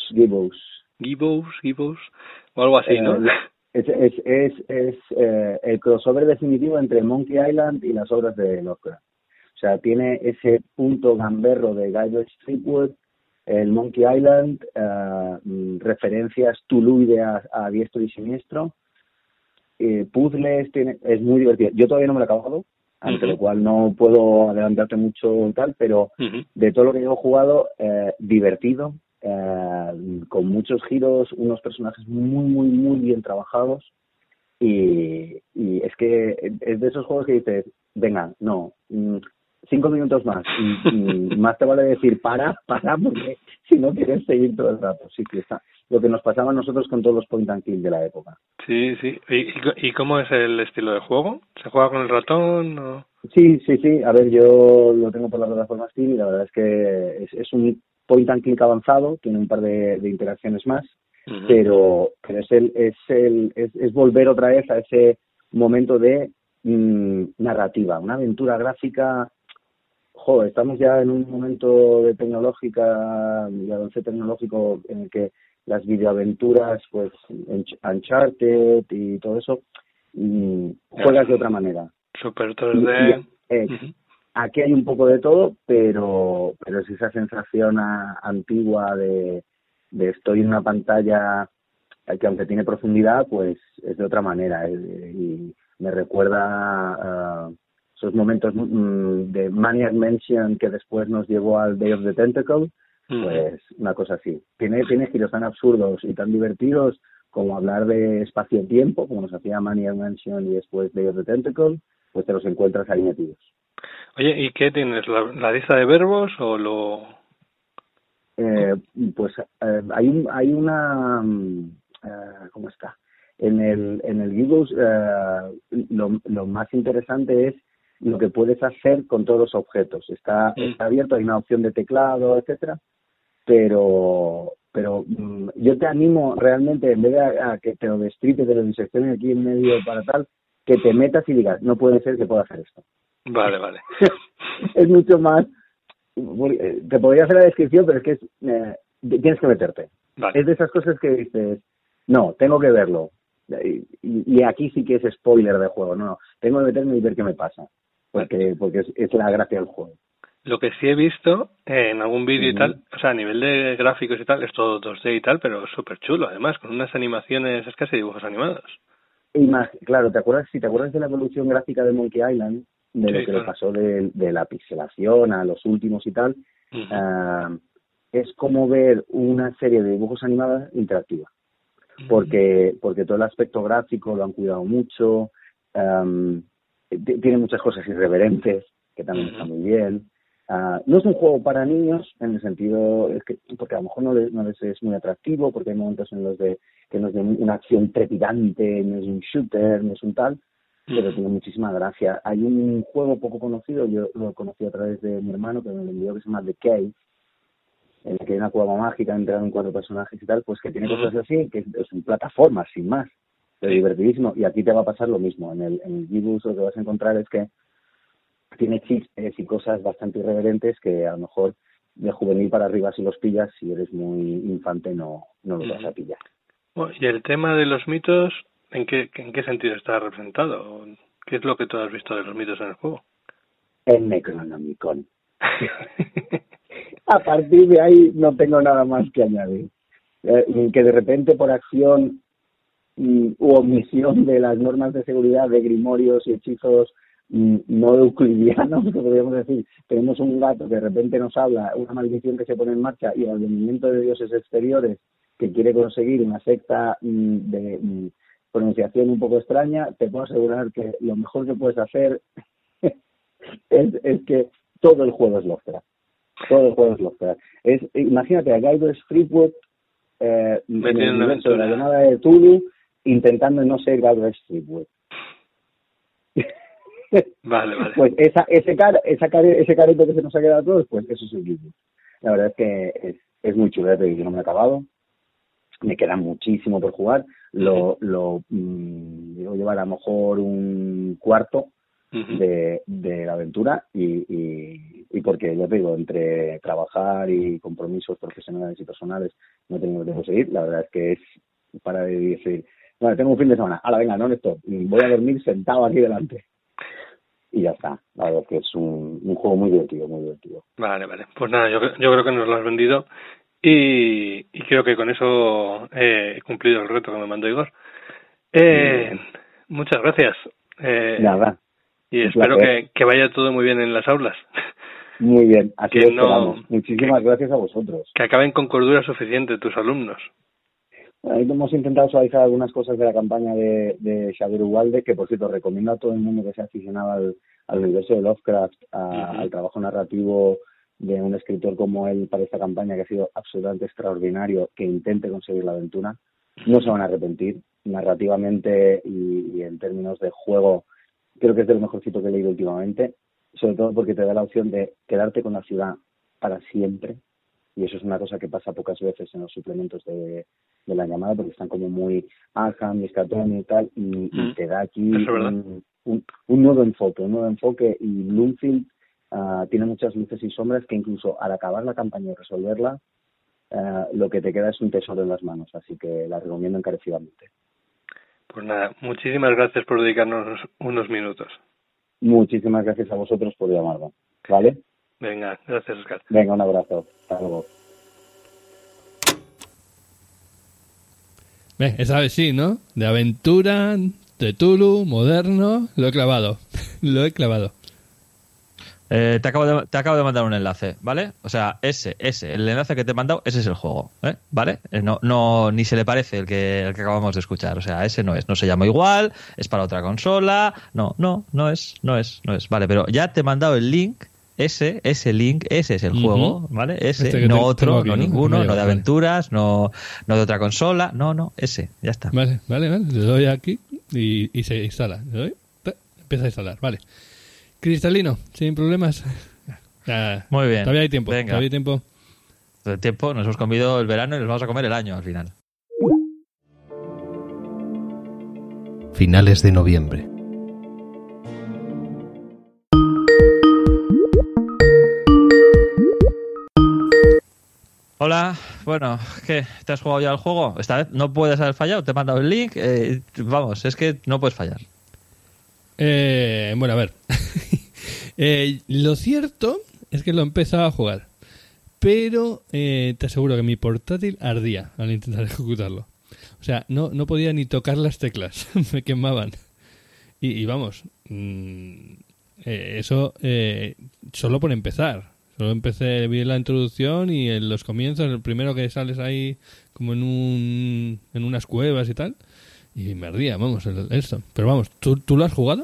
o algo así, ¿no? Es el crossover definitivo entre Monkey Island y las obras de Lovecraft. O sea, tiene ese punto gamberro de Guybrush Threepwood, el Monkey Island, referencias tuluideas a diestro y siniestro, puzzles, es muy divertido. Yo todavía no me lo he acabado, ante lo cual no puedo adelantarte mucho y tal, pero de todo lo que yo he jugado, divertido, con muchos giros, unos personajes muy bien trabajados, y es que es de esos juegos que dices, venga, 5 minutos más, y más te vale decir para, porque si no quieres seguir todo el rato. Sí, está lo que nos pasaba a nosotros con todos los point and click de la época. Sí. ¿Y cómo es el estilo de juego? ¿Se juega con el ratón o...? Sí. A ver, yo lo tengo por la plataforma Steam y la verdad es que es un point and click avanzado, tiene un par de interacciones más, pero es volver otra vez a ese momento de narrativa, una aventura gráfica. Joder, estamos ya en un momento de avance tecnológico en el que las videoaventuras, pues Uncharted y todo eso, juegas de otra manera. Super 3D. aquí hay un poco de todo, pero es esa sensación antigua de estoy en una pantalla que aunque tiene profundidad, pues es de otra manera. Y me recuerda esos momentos de Maniac Mansion que después nos llevó al Day of the Tentacle, pues una cosa así. Tiene giros tan absurdos y tan divertidos como hablar de espacio-tiempo, como nos hacía Maniac Mansion y después Day of the Tentacle, pues te los encuentras ahí metidos. Oye, ¿y qué tienes? ¿La lista de verbos o lo...? Pues hay una... ¿cómo está? En el Giggles lo más interesante es lo que puedes hacer con todos los objetos. Está abierto, hay una opción de teclado, etcétera, pero yo te animo realmente, en vez de a que te lo destripes, te lo disecciones aquí en medio para tal, que te metas y digas, no puede ser que pueda hacer esto. Vale. Es mucho más... Te podría hacer la descripción, pero es que tienes que meterte. Vale. Es de esas cosas que dices, no, tengo que verlo. Y aquí sí que es spoiler del juego. No, tengo que meterme y ver qué me pasa. Porque es la gracia del juego. Lo que sí he visto en algún vídeo y tal, o sea, a nivel de gráficos y tal, es todo 2D y tal, pero súper chulo, además, con unas animaciones, es casi dibujos animados. Claro, si te acuerdas de la evolución gráfica de Monkey Island, de lo que le pasó de la pixelación a los últimos y tal, es como ver una serie de dibujos animados interactiva. Porque todo el aspecto gráfico lo han cuidado mucho, tiene muchas cosas irreverentes, que también está muy bien. No es un juego para niños, en el sentido, porque a lo mejor no les es muy atractivo, porque hay momentos en los que no es de una acción trepidante, no es un shooter, no es un tal, pero tiene muchísima gracia. Hay un juego poco conocido, yo lo conocí a través de mi hermano, que me lo envió, que se llama The Cave, en el que hay una cueva mágica, entraron 4 personajes y tal, pues que tiene cosas así, que es un plataforma, sin más, pero divertidísimo. Y aquí te va a pasar lo mismo. En el Gibbous lo que vas a encontrar es que tiene chistes y cosas bastante irreverentes que a lo mejor de juvenil para arriba si los pillas, si eres muy infante no los vas a pillar. Bueno, y el tema de los mitos, ¿en qué sentido está representado? ¿Qué es lo que tú has visto de los mitos en el juego? El Necronomicon. A partir de ahí no tengo nada más que añadir. Que de repente por acción u omisión de las normas de seguridad de grimorios y hechizos no euclidianos, que podríamos decir, tenemos un gato que de repente nos habla, una maldición que se pone en marcha y el advenimiento de dioses exteriores que quiere conseguir una secta de pronunciación un poco extraña, te puedo asegurar que lo mejor que puedes hacer es que todo el juego es Lovecraft. Todo el juego es Lovecraft. Imagínate a Guybrush Threepwood en el universo de la llamada de Tulu intentando no ser Guybrush Threepwood. Vale. Pues ese careto que se nos ha quedado a todos, pues eso es el Gibbous. La verdad es que es muy chulo, yo no me he acabado, me queda muchísimo por jugar, lo llevar a lo mejor un cuarto de la aventura y porque ya te digo, entre trabajar y compromisos profesionales y personales no tengo tiempo de seguir. La verdad es que es para decir, bueno, tengo un fin de semana, venga, no esto, voy a dormir sentado aquí delante y ya está. La verdad es que es un juego muy divertido. Vale, pues nada, yo creo que nos lo has vendido y creo que con eso he cumplido el reto que me mandó Igor. Muchas gracias. Nada. Y espero que vaya todo muy bien en las aulas. Muy bien, así lo esperamos. Muchísimas gracias a vosotros. Que acaben con cordura suficiente tus alumnos. Ahí hemos intentado suavizar algunas cosas de la campaña de Xavier Ugalde, que por cierto recomiendo a todo el mundo que sea aficionado al universo de Lovecraft, al trabajo narrativo de un escritor como él para esta campaña, que ha sido absolutamente extraordinario, que intente conseguir la aventura. No se van a arrepentir, narrativamente y en términos de juego. Creo que es de lo mejorcito que he leído últimamente, sobre todo porque te da la opción de quedarte con la ciudad para siempre, y eso es una cosa que pasa pocas veces en los suplementos de la llamada, porque están como muy Arkham, Miskatonic y tal, y te da aquí un nuevo enfoque, y Bloomfield tiene muchas luces y sombras que incluso al acabar la campaña y resolverla, lo que te queda es un tesoro en las manos, así que la recomiendo encarecidamente. Pues nada, muchísimas gracias por dedicarnos unos minutos. muchísimas gracias a vosotros por llamarme, ¿vale? Venga, gracias, Oscar. Venga, un abrazo. Hasta luego. Esa vez sí, ¿no? De aventura, de Tulu, moderno, lo he clavado. Lo he clavado. Te acabo de mandar un enlace, ¿vale? O sea, el enlace que te he mandado, ese es el juego, ¿vale? No, ni se le parece el que acabamos de escuchar. O sea, ese no se llama igual, es para otra consola. No es. Vale, pero ya te he mandado el link, ese link, ese es el juego, ¿vale? Ese, no otro, aquí, no ninguno, no de aventuras, no de otra consola, no, ese, ya está. Vale, le doy aquí y se instala. Le doy, empieza a instalar, vale. Cristalino, sin problemas. Muy bien. Todavía hay tiempo. Venga. Todavía hay tiempo. El tiempo, nos hemos comido el verano y nos vamos a comer el año al final. Finales de noviembre. Hola, bueno, ¿qué? ¿Te has jugado ya el juego? Esta vez no puedes haber fallado, te he mandado el link. Vamos, es que no puedes fallar. Bueno, a ver. Lo cierto es que lo empezaba a jugar, pero te aseguro que mi portátil ardía al intentar ejecutarlo. O sea, no podía ni tocar las teclas, me quemaban. Y vamos, eso solo por empezar. Solo empecé, vi la introducción y en los comienzos, el primero que sales ahí como en unas cuevas y tal. Y me ardía, vamos, esto. Pero vamos, ¿tú lo has jugado?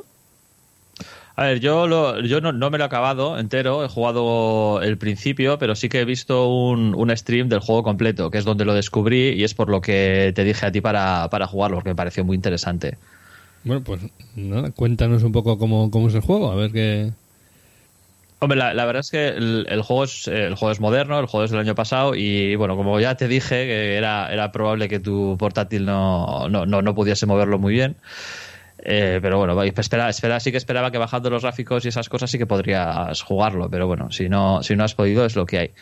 A ver, yo no me lo he acabado entero, he jugado el principio, pero sí que he visto un stream del juego completo, que es donde lo descubrí y es por lo que te dije a ti para jugarlo, porque me pareció muy interesante. Bueno, pues nada, cuéntanos un poco cómo es el juego, a ver qué... Hombre, la verdad es que el juego es moderno, el juego es del año pasado y bueno, como ya te dije, que era probable que tu portátil no pudiese moverlo muy bien. Pero bueno, sí que esperaba que bajando los gráficos y esas cosas sí que podrías jugarlo, pero bueno, si no has podido es lo que hay.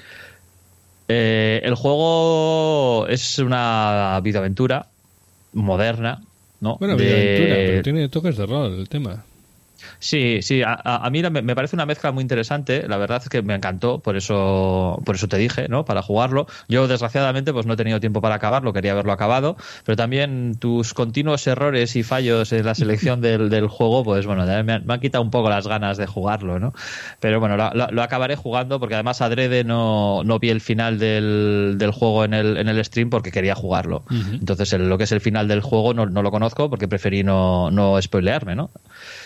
El juego es una videoaventura moderna, ¿no? Bueno, videoaventura, pero tiene toques de rol el tema. Sí, a mí me parece una mezcla muy interesante, la verdad es que me encantó, por eso te dije, ¿no? Para jugarlo. Yo desgraciadamente pues no he tenido tiempo para acabarlo, quería haberlo acabado, pero también tus continuos errores y fallos en la selección del juego, pues bueno, me han quitado un poco las ganas de jugarlo, ¿no? Pero bueno, lo acabaré jugando porque además adrede no vi el final del juego en el stream porque quería jugarlo. Uh-huh. Entonces lo que es el final del juego no lo conozco porque preferí no spoilearme, ¿no?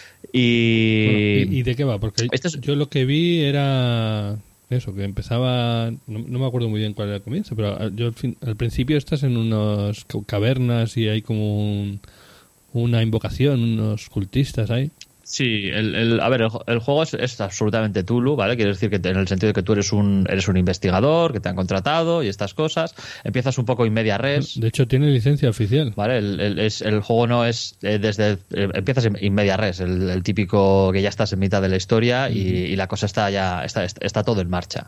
¿Y de qué va? Porque yo lo que vi era eso, que empezaba, no me acuerdo muy bien cuál era el comienzo, pero yo al principio estás en unas cavernas y hay como una invocación, unos cultistas ahí. Sí, el juego es absolutamente Tulu, ¿vale? Quiere decir que en el sentido de que tú eres un investigador, que te han contratado y estas cosas. Empiezas un poco in media res. De hecho, tiene licencia oficial. ¿Vale? El juego no es empiezas in media res, el típico que ya estás en mitad de la historia y la cosa está todo en marcha.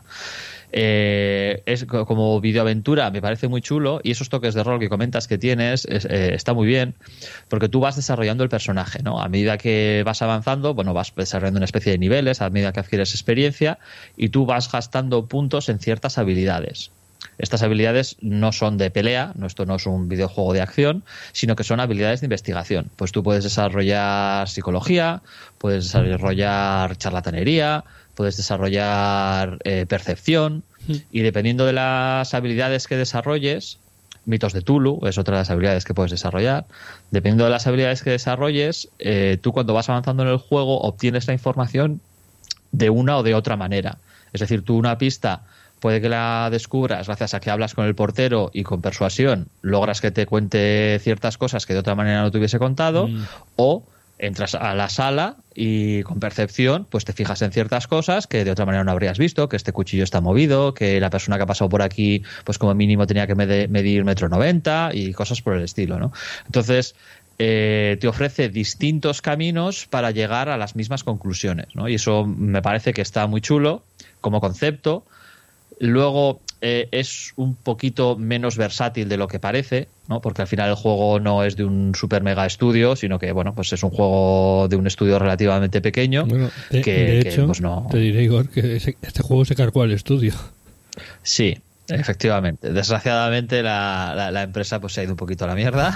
Es como videoaventura, me parece muy chulo y esos toques de rol que comentas que tienes está muy bien porque tú vas desarrollando el personaje, ¿no? A medida que vas avanzando, bueno, vas desarrollando una especie de niveles a medida que adquieres experiencia y tú vas gastando puntos en ciertas habilidades. Estas habilidades no son de pelea, esto no es un videojuego de acción, sino que son habilidades de investigación. Pues tú puedes desarrollar psicología, puedes desarrollar charlatanería, puedes desarrollar percepción y dependiendo de las habilidades que desarrolles, mitos de Tulu es otra de las habilidades que puedes desarrollar, dependiendo de las habilidades que desarrolles, tú cuando vas avanzando en el juego obtienes la información de una o de otra manera. Es decir, tú una pista puede que la descubras gracias a que hablas con el portero y con persuasión logras que te cuente ciertas cosas que de otra manera no te hubiese contado, o entras a la sala y con percepción pues te fijas en ciertas cosas que de otra manera no habrías visto, que este cuchillo está movido, que la persona que ha pasado por aquí pues como mínimo tenía que medir 1,90 m y cosas por el estilo, ¿no? Entonces te ofrece distintos caminos para llegar a las mismas conclusiones, ¿no? Y eso me parece que está muy chulo como concepto. Luego es un poquito menos versátil de lo que parece, ¿no? Porque al final el juego no es de un super mega estudio, sino que bueno, pues es un juego de un estudio relativamente pequeño. Bueno, de que hecho, pues no... te diré, Igor, que este juego se cargó al estudio. Sí, efectivamente. Desgraciadamente la empresa pues se ha ido un poquito a la mierda.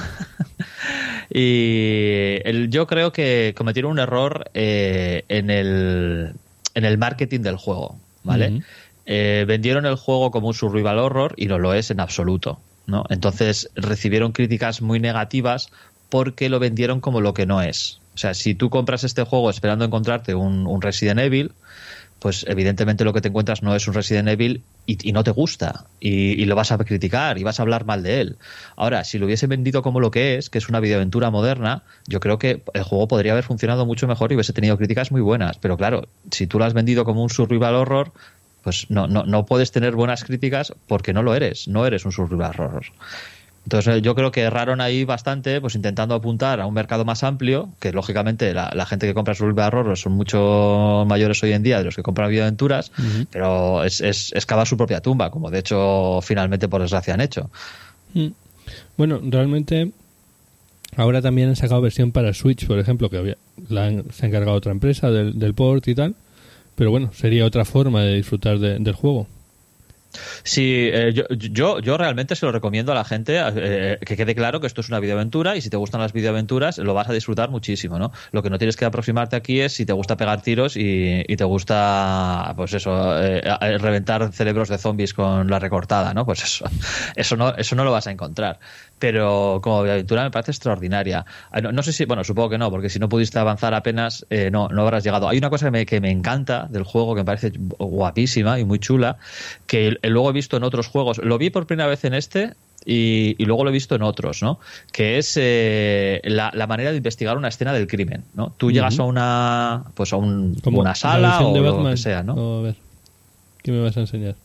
Y yo creo que cometieron un error en el marketing del juego, ¿vale? Uh-huh. Vendieron el juego como un survival horror y no lo es en absoluto, ¿no? Entonces recibieron críticas muy negativas porque lo vendieron como lo que no es. O sea, si tú compras este juego esperando encontrarte un Resident Evil, pues evidentemente lo que te encuentras no es un Resident Evil y no te gusta y lo vas a criticar y vas a hablar mal de él. Ahora, si lo hubiese vendido como lo que es una videoaventura moderna, yo creo que el juego podría haber funcionado mucho mejor y hubiese tenido críticas muy buenas. Pero claro, si tú lo has vendido como un survival horror, pues no puedes tener buenas críticas porque no lo eres, no eres un survival horror. Entonces yo creo que erraron ahí bastante, pues intentando apuntar a un mercado más amplio, que lógicamente la gente que compra survival horror son mucho mayores hoy en día de los que compran videoaventuras, uh-huh. Pero es cavar su propia tumba, como de hecho finalmente por desgracia han hecho. Bueno, realmente ahora también han sacado versión para Switch, por ejemplo, que se ha encargado otra empresa del port y tal. Pero bueno, sería otra forma de disfrutar del juego. Sí, yo realmente se lo recomiendo a la gente que quede claro que esto es una videoaventura y si te gustan las videoaventuras lo vas a disfrutar muchísimo, ¿no? Lo que no tienes que aproximarte aquí es si te gusta pegar tiros y te gusta, pues eso, reventar cerebros de zombies con la recortada, ¿no? Pues eso no lo vas a encontrar. Pero como videoaventura me parece extraordinaria. No sé si, bueno, supongo que no, porque si no pudiste avanzar apenas, no habrás llegado. Hay una cosa que me encanta del juego, que me parece guapísima y muy chula, que luego he visto en otros juegos. Lo vi por primera vez en este y luego lo he visto en otros, ¿no? Que es la manera de investigar una escena del crimen, ¿no? Tú llegas a una sala o lo que sea, ¿no? A ver, ¿qué me vas a enseñar?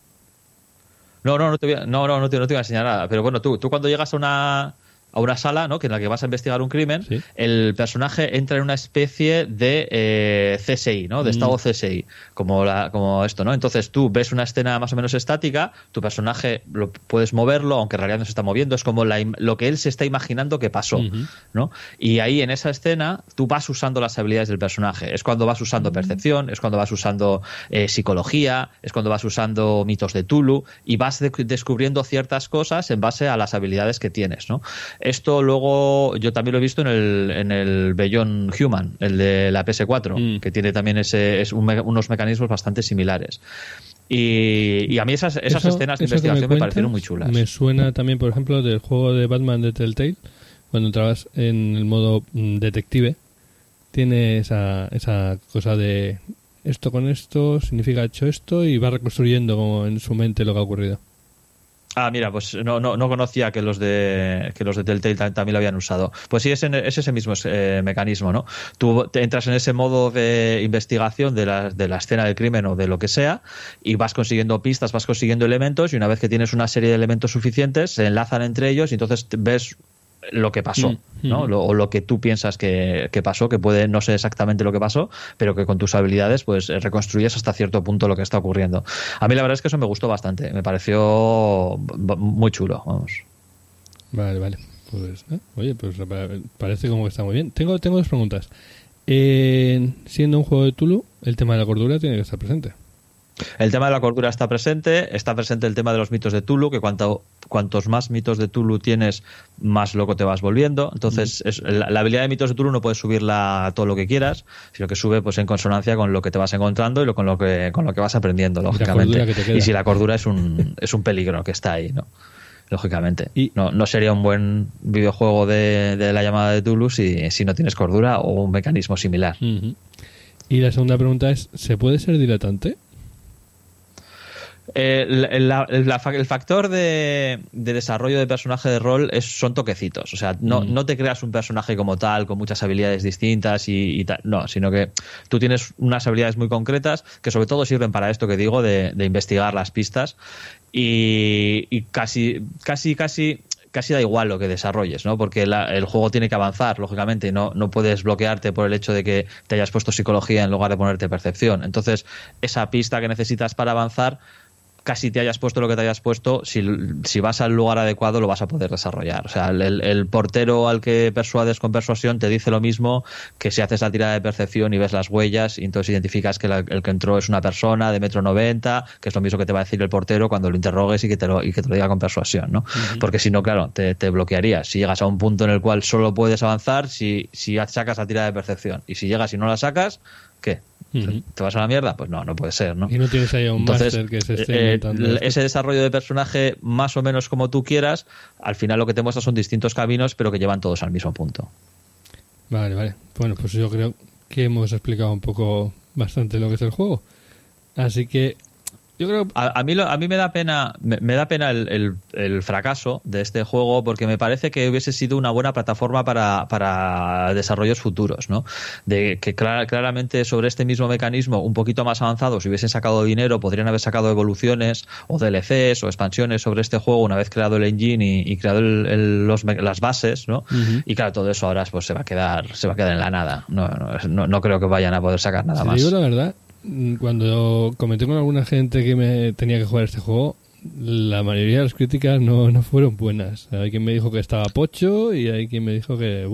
No te voy a enseñar nada. Pero bueno, tú cuando llegas a una sala, ¿no? Que en la que vas a investigar un crimen, ¿sí? El personaje entra en una especie de CSI, ¿no? De estado CSI, como esto, ¿no? Entonces tú ves una escena más o menos estática, tu personaje puedes moverlo, aunque en realidad no se está moviendo, es como lo que él se está imaginando que pasó, uh-huh. ¿no? Y ahí en esa escena tú vas usando las habilidades del personaje. Es cuando vas usando percepción, es cuando vas usando psicología, es cuando vas usando mitos de Tulu y vas descubriendo ciertas cosas en base a las habilidades que tienes, ¿no? Esto luego yo también lo he visto en el Beyond Human, el de la PS4, que tiene también unos mecanismos bastante similares. Y a mí esas escenas de investigación me parecieron muy chulas. Me suena también, por ejemplo, del juego de Batman de Telltale, cuando entrabas en el modo detective, tiene esa cosa de esto con esto significa hecho esto y va reconstruyendo como en su mente lo que ha ocurrido. Ah, mira, pues no conocía que los de Telltale también lo habían usado. Pues sí, es ese mismo mecanismo, ¿no? Tú te entras en ese modo de investigación de la escena del crimen o de lo que sea y vas consiguiendo pistas, vas consiguiendo elementos y una vez que tienes una serie de elementos suficientes se enlazan entre ellos y entonces ves lo que pasó, ¿no? O lo que tú piensas que pasó, que puede no ser exactamente lo que pasó, pero que con tus habilidades pues reconstruyes hasta cierto punto lo que está ocurriendo. A mí la verdad es que eso me gustó bastante, me pareció muy chulo, vamos. Vale. Pues, oye, pues parece como que está muy bien. Tengo dos preguntas. Siendo un juego de Tulu, el tema de la cordura tiene que estar presente. El tema de la cordura está presente el tema de los mitos de Tulu, que cuantos más mitos de Tulu tienes, más loco te vas volviendo. Entonces, la habilidad de mitos de Tulu no puedes subirla a todo lo que quieras, sino que sube pues en consonancia con lo que te vas encontrando y con lo que vas aprendiendo, lógicamente. Y si la cordura es un peligro que está ahí, ¿no? Lógicamente. Y no sería un buen videojuego de la llamada de Tulu si no tienes cordura o un mecanismo similar. Uh-huh. Y la segunda pregunta es, ¿se puede ser diletante? El factor de desarrollo de personaje de rol son toquecitos, o sea, no te creas un personaje como tal con muchas habilidades distintas y tal, no, sino que tú tienes unas habilidades muy concretas que sobre todo sirven para esto que digo de investigar las pistas y casi da igual lo que desarrolles, ¿no? Porque el juego tiene que avanzar, lógicamente, y no puedes bloquearte por el hecho de que te hayas puesto psicología en lugar de ponerte percepción. Entonces, esa pista que necesitas para avanzar casi te hayas puesto lo que te hayas puesto, si vas al lugar adecuado lo vas a poder desarrollar. O sea, el portero al que persuades con persuasión te dice lo mismo que si haces la tirada de percepción y ves las huellas y entonces identificas que el que entró es una persona de 1,90 m, que es lo mismo que te va a decir el portero cuando lo interrogues y que te lo diga con persuasión, ¿no? Uh-huh. Porque si no, claro, te bloquearías. Si llegas a un punto en el cual solo puedes avanzar si sacas la tirada de percepción, y si llegas y no la sacas, ¿qué? Uh-huh. ¿Te vas a la mierda? Pues no puede ser, ¿no? Y no tienes ahí a un máster que se esté inventando ese desarrollo de personaje, más o menos como tú quieras, al final lo que te muestra son distintos caminos, pero que llevan todos al mismo punto. Vale. Bueno, pues yo creo que hemos explicado un poco bastante lo que es el juego. Así que yo creo a mí me da pena el fracaso de este juego, porque me parece que hubiese sido una buena plataforma para desarrollos futuros, ¿no? De que claramente sobre este mismo mecanismo un poquito más avanzado, si hubiesen sacado dinero, podrían haber sacado evoluciones o DLCs o expansiones sobre este juego una vez creado el engine y creado las bases, ¿no? Uh-huh. Y claro, todo eso ahora pues se va a quedar en la nada. No creo que vayan a poder sacar nada más. Te digo la verdad, cuando comenté con alguna gente que me tenía que jugar este juego, la mayoría de las críticas no fueron buenas. Hay quien me dijo que estaba pocho y hay quien me dijo que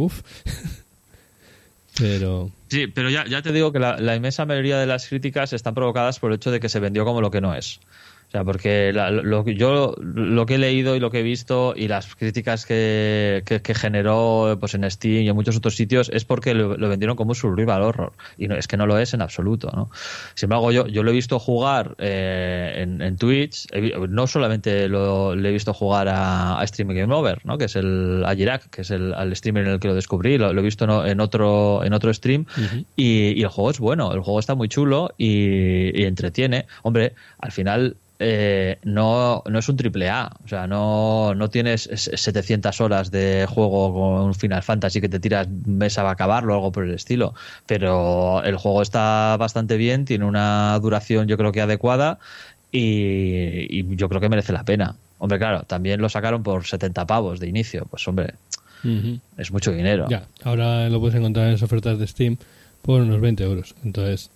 pero sí, pero ya te digo que la inmensa mayoría de las críticas están provocadas por el hecho de que se vendió como lo que no es. O sea, porque lo que he leído y lo que he visto y las críticas que generó pues en Steam y en muchos otros sitios es porque lo vendieron como un survival horror, y es que no lo es en absoluto, ¿no? Sin embargo, yo lo he visto jugar en Twitch. No solamente le he visto jugar a Stream Game Over, ¿no? Que es a Jirak, que es el streamer en el que lo descubrí. Lo he visto en otro stream. Uh-huh. Y el juego es bueno, el juego está muy chulo y entretiene. Hombre, al final no es un AAA, o sea, no tienes 700 horas de juego con un Final Fantasy que te tiras un mes a acabarlo o algo por el estilo, pero el juego está bastante bien, tiene una duración yo creo que adecuada y yo creo que merece la pena. Hombre, claro, también lo sacaron por 70 pavos de inicio, pues hombre, uh-huh, es mucho dinero. Ya, ahora lo puedes encontrar en las ofertas de Steam por unos 20 euros, entonces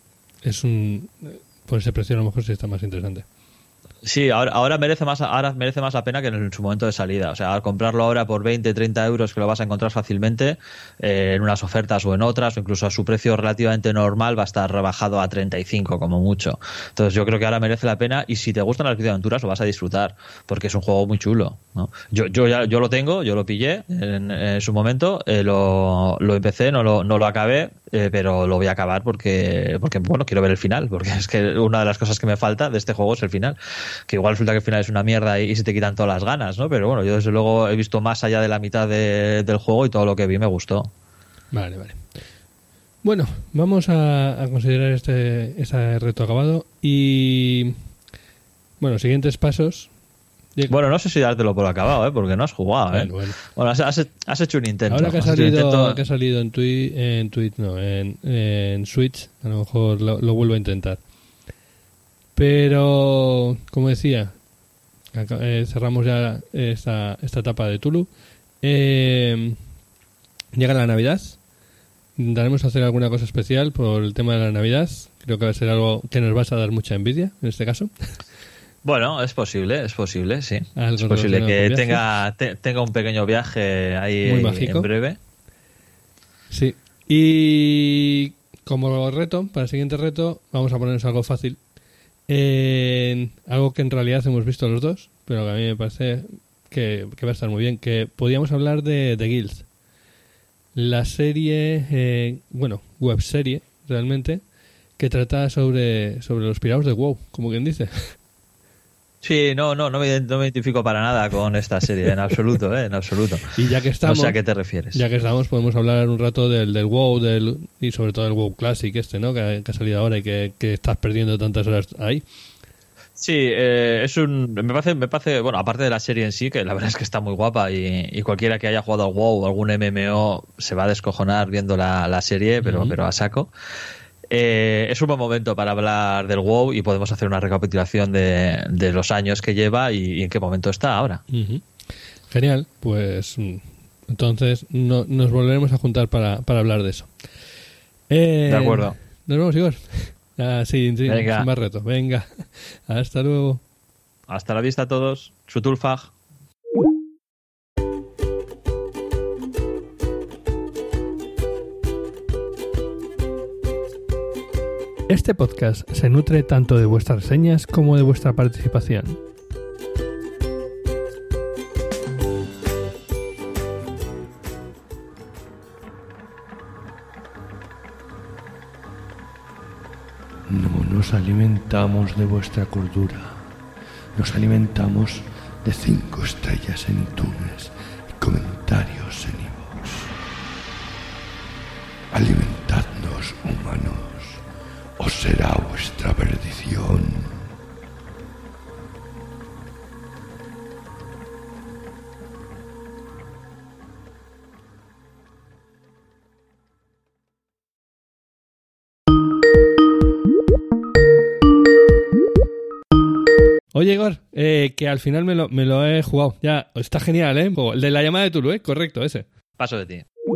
por ese precio a lo mejor sí está más interesante. Sí, ahora merece más la pena que en su momento de salida. O sea, al comprarlo ahora por 20-30 euros, que lo vas a encontrar fácilmente en unas ofertas o en otras, o incluso a su precio relativamente normal va a estar rebajado a 35 como mucho. Entonces yo creo que ahora merece la pena, y si te gustan las videoaventuras lo vas a disfrutar, porque es un juego muy chulo, ¿no? Yo lo tengo, yo lo pillé en su momento, lo empecé, no lo acabé, pero lo voy a acabar porque bueno, quiero ver el final, porque es que una de las cosas que me falta de este juego es el final, que igual resulta que el final es una mierda y se te quitan todas las ganas, ¿no? Pero bueno, yo desde luego he visto más allá de la mitad del juego y todo lo que vi me gustó. Vale. Bueno, vamos a considerar ese reto acabado y bueno, siguientes pasos. Bueno, no sé si dártelo por acabado, porque no has jugado, ¿eh? Bueno, has hecho un intento. Ahora que ha salido en Switch, a lo mejor lo vuelvo a intentar. Pero, como decía, cerramos ya esta etapa de Tulu. Llega la Navidad. Intentaremos hacer alguna cosa especial por el tema de la Navidad. Creo que va a ser algo que nos vas a dar mucha envidia, en este caso. Bueno, es posible, sí. Es posible que tenga un pequeño viaje ahí muy mágico, en breve. Sí. Y como reto, para el siguiente reto, vamos a ponernos algo fácil. Algo que en realidad hemos visto los dos, pero que a mí me parece que va a estar muy bien. Que podíamos hablar de Guild. La serie, webserie, realmente, que trata sobre los pirados de WoW, como quien dice. Sí, no me identifico para nada con esta serie, en absoluto, en absoluto. Y ya que estamos, no sé a qué te refieres. Ya que estamos, podemos hablar un rato del WoW, y sobre todo del WoW Classic ¿no? Que ha salido ahora y que estás perdiendo tantas horas ahí. Sí, me parece, bueno, aparte de la serie en sí, que la verdad es que está muy guapa y cualquiera que haya jugado al WoW o algún MMO se va a descojonar viendo la serie, pero a saco. Es un buen momento para hablar del WoW y podemos hacer una recapitulación de los años que lleva y en qué momento está ahora. Uh-huh. Genial, pues entonces nos volveremos a juntar para hablar de eso. De acuerdo. Nos vemos, Igor. Sí, sin más reto. Venga, hasta luego. Hasta la vista a todos. Shutulfag. Este podcast se nutre tanto de vuestras reseñas como de vuestra participación. No nos alimentamos de vuestra cordura, nos alimentamos de 5 estrellas en iTunes y comentarios en iVoox. Alimentadnos, humanos, o será vuestra perdición. Oye, Igor, que al final me lo he jugado. Ya, está genial, ¿eh? El de la llamada de Tulu, ¿eh? Correcto, ese. Paso de ti.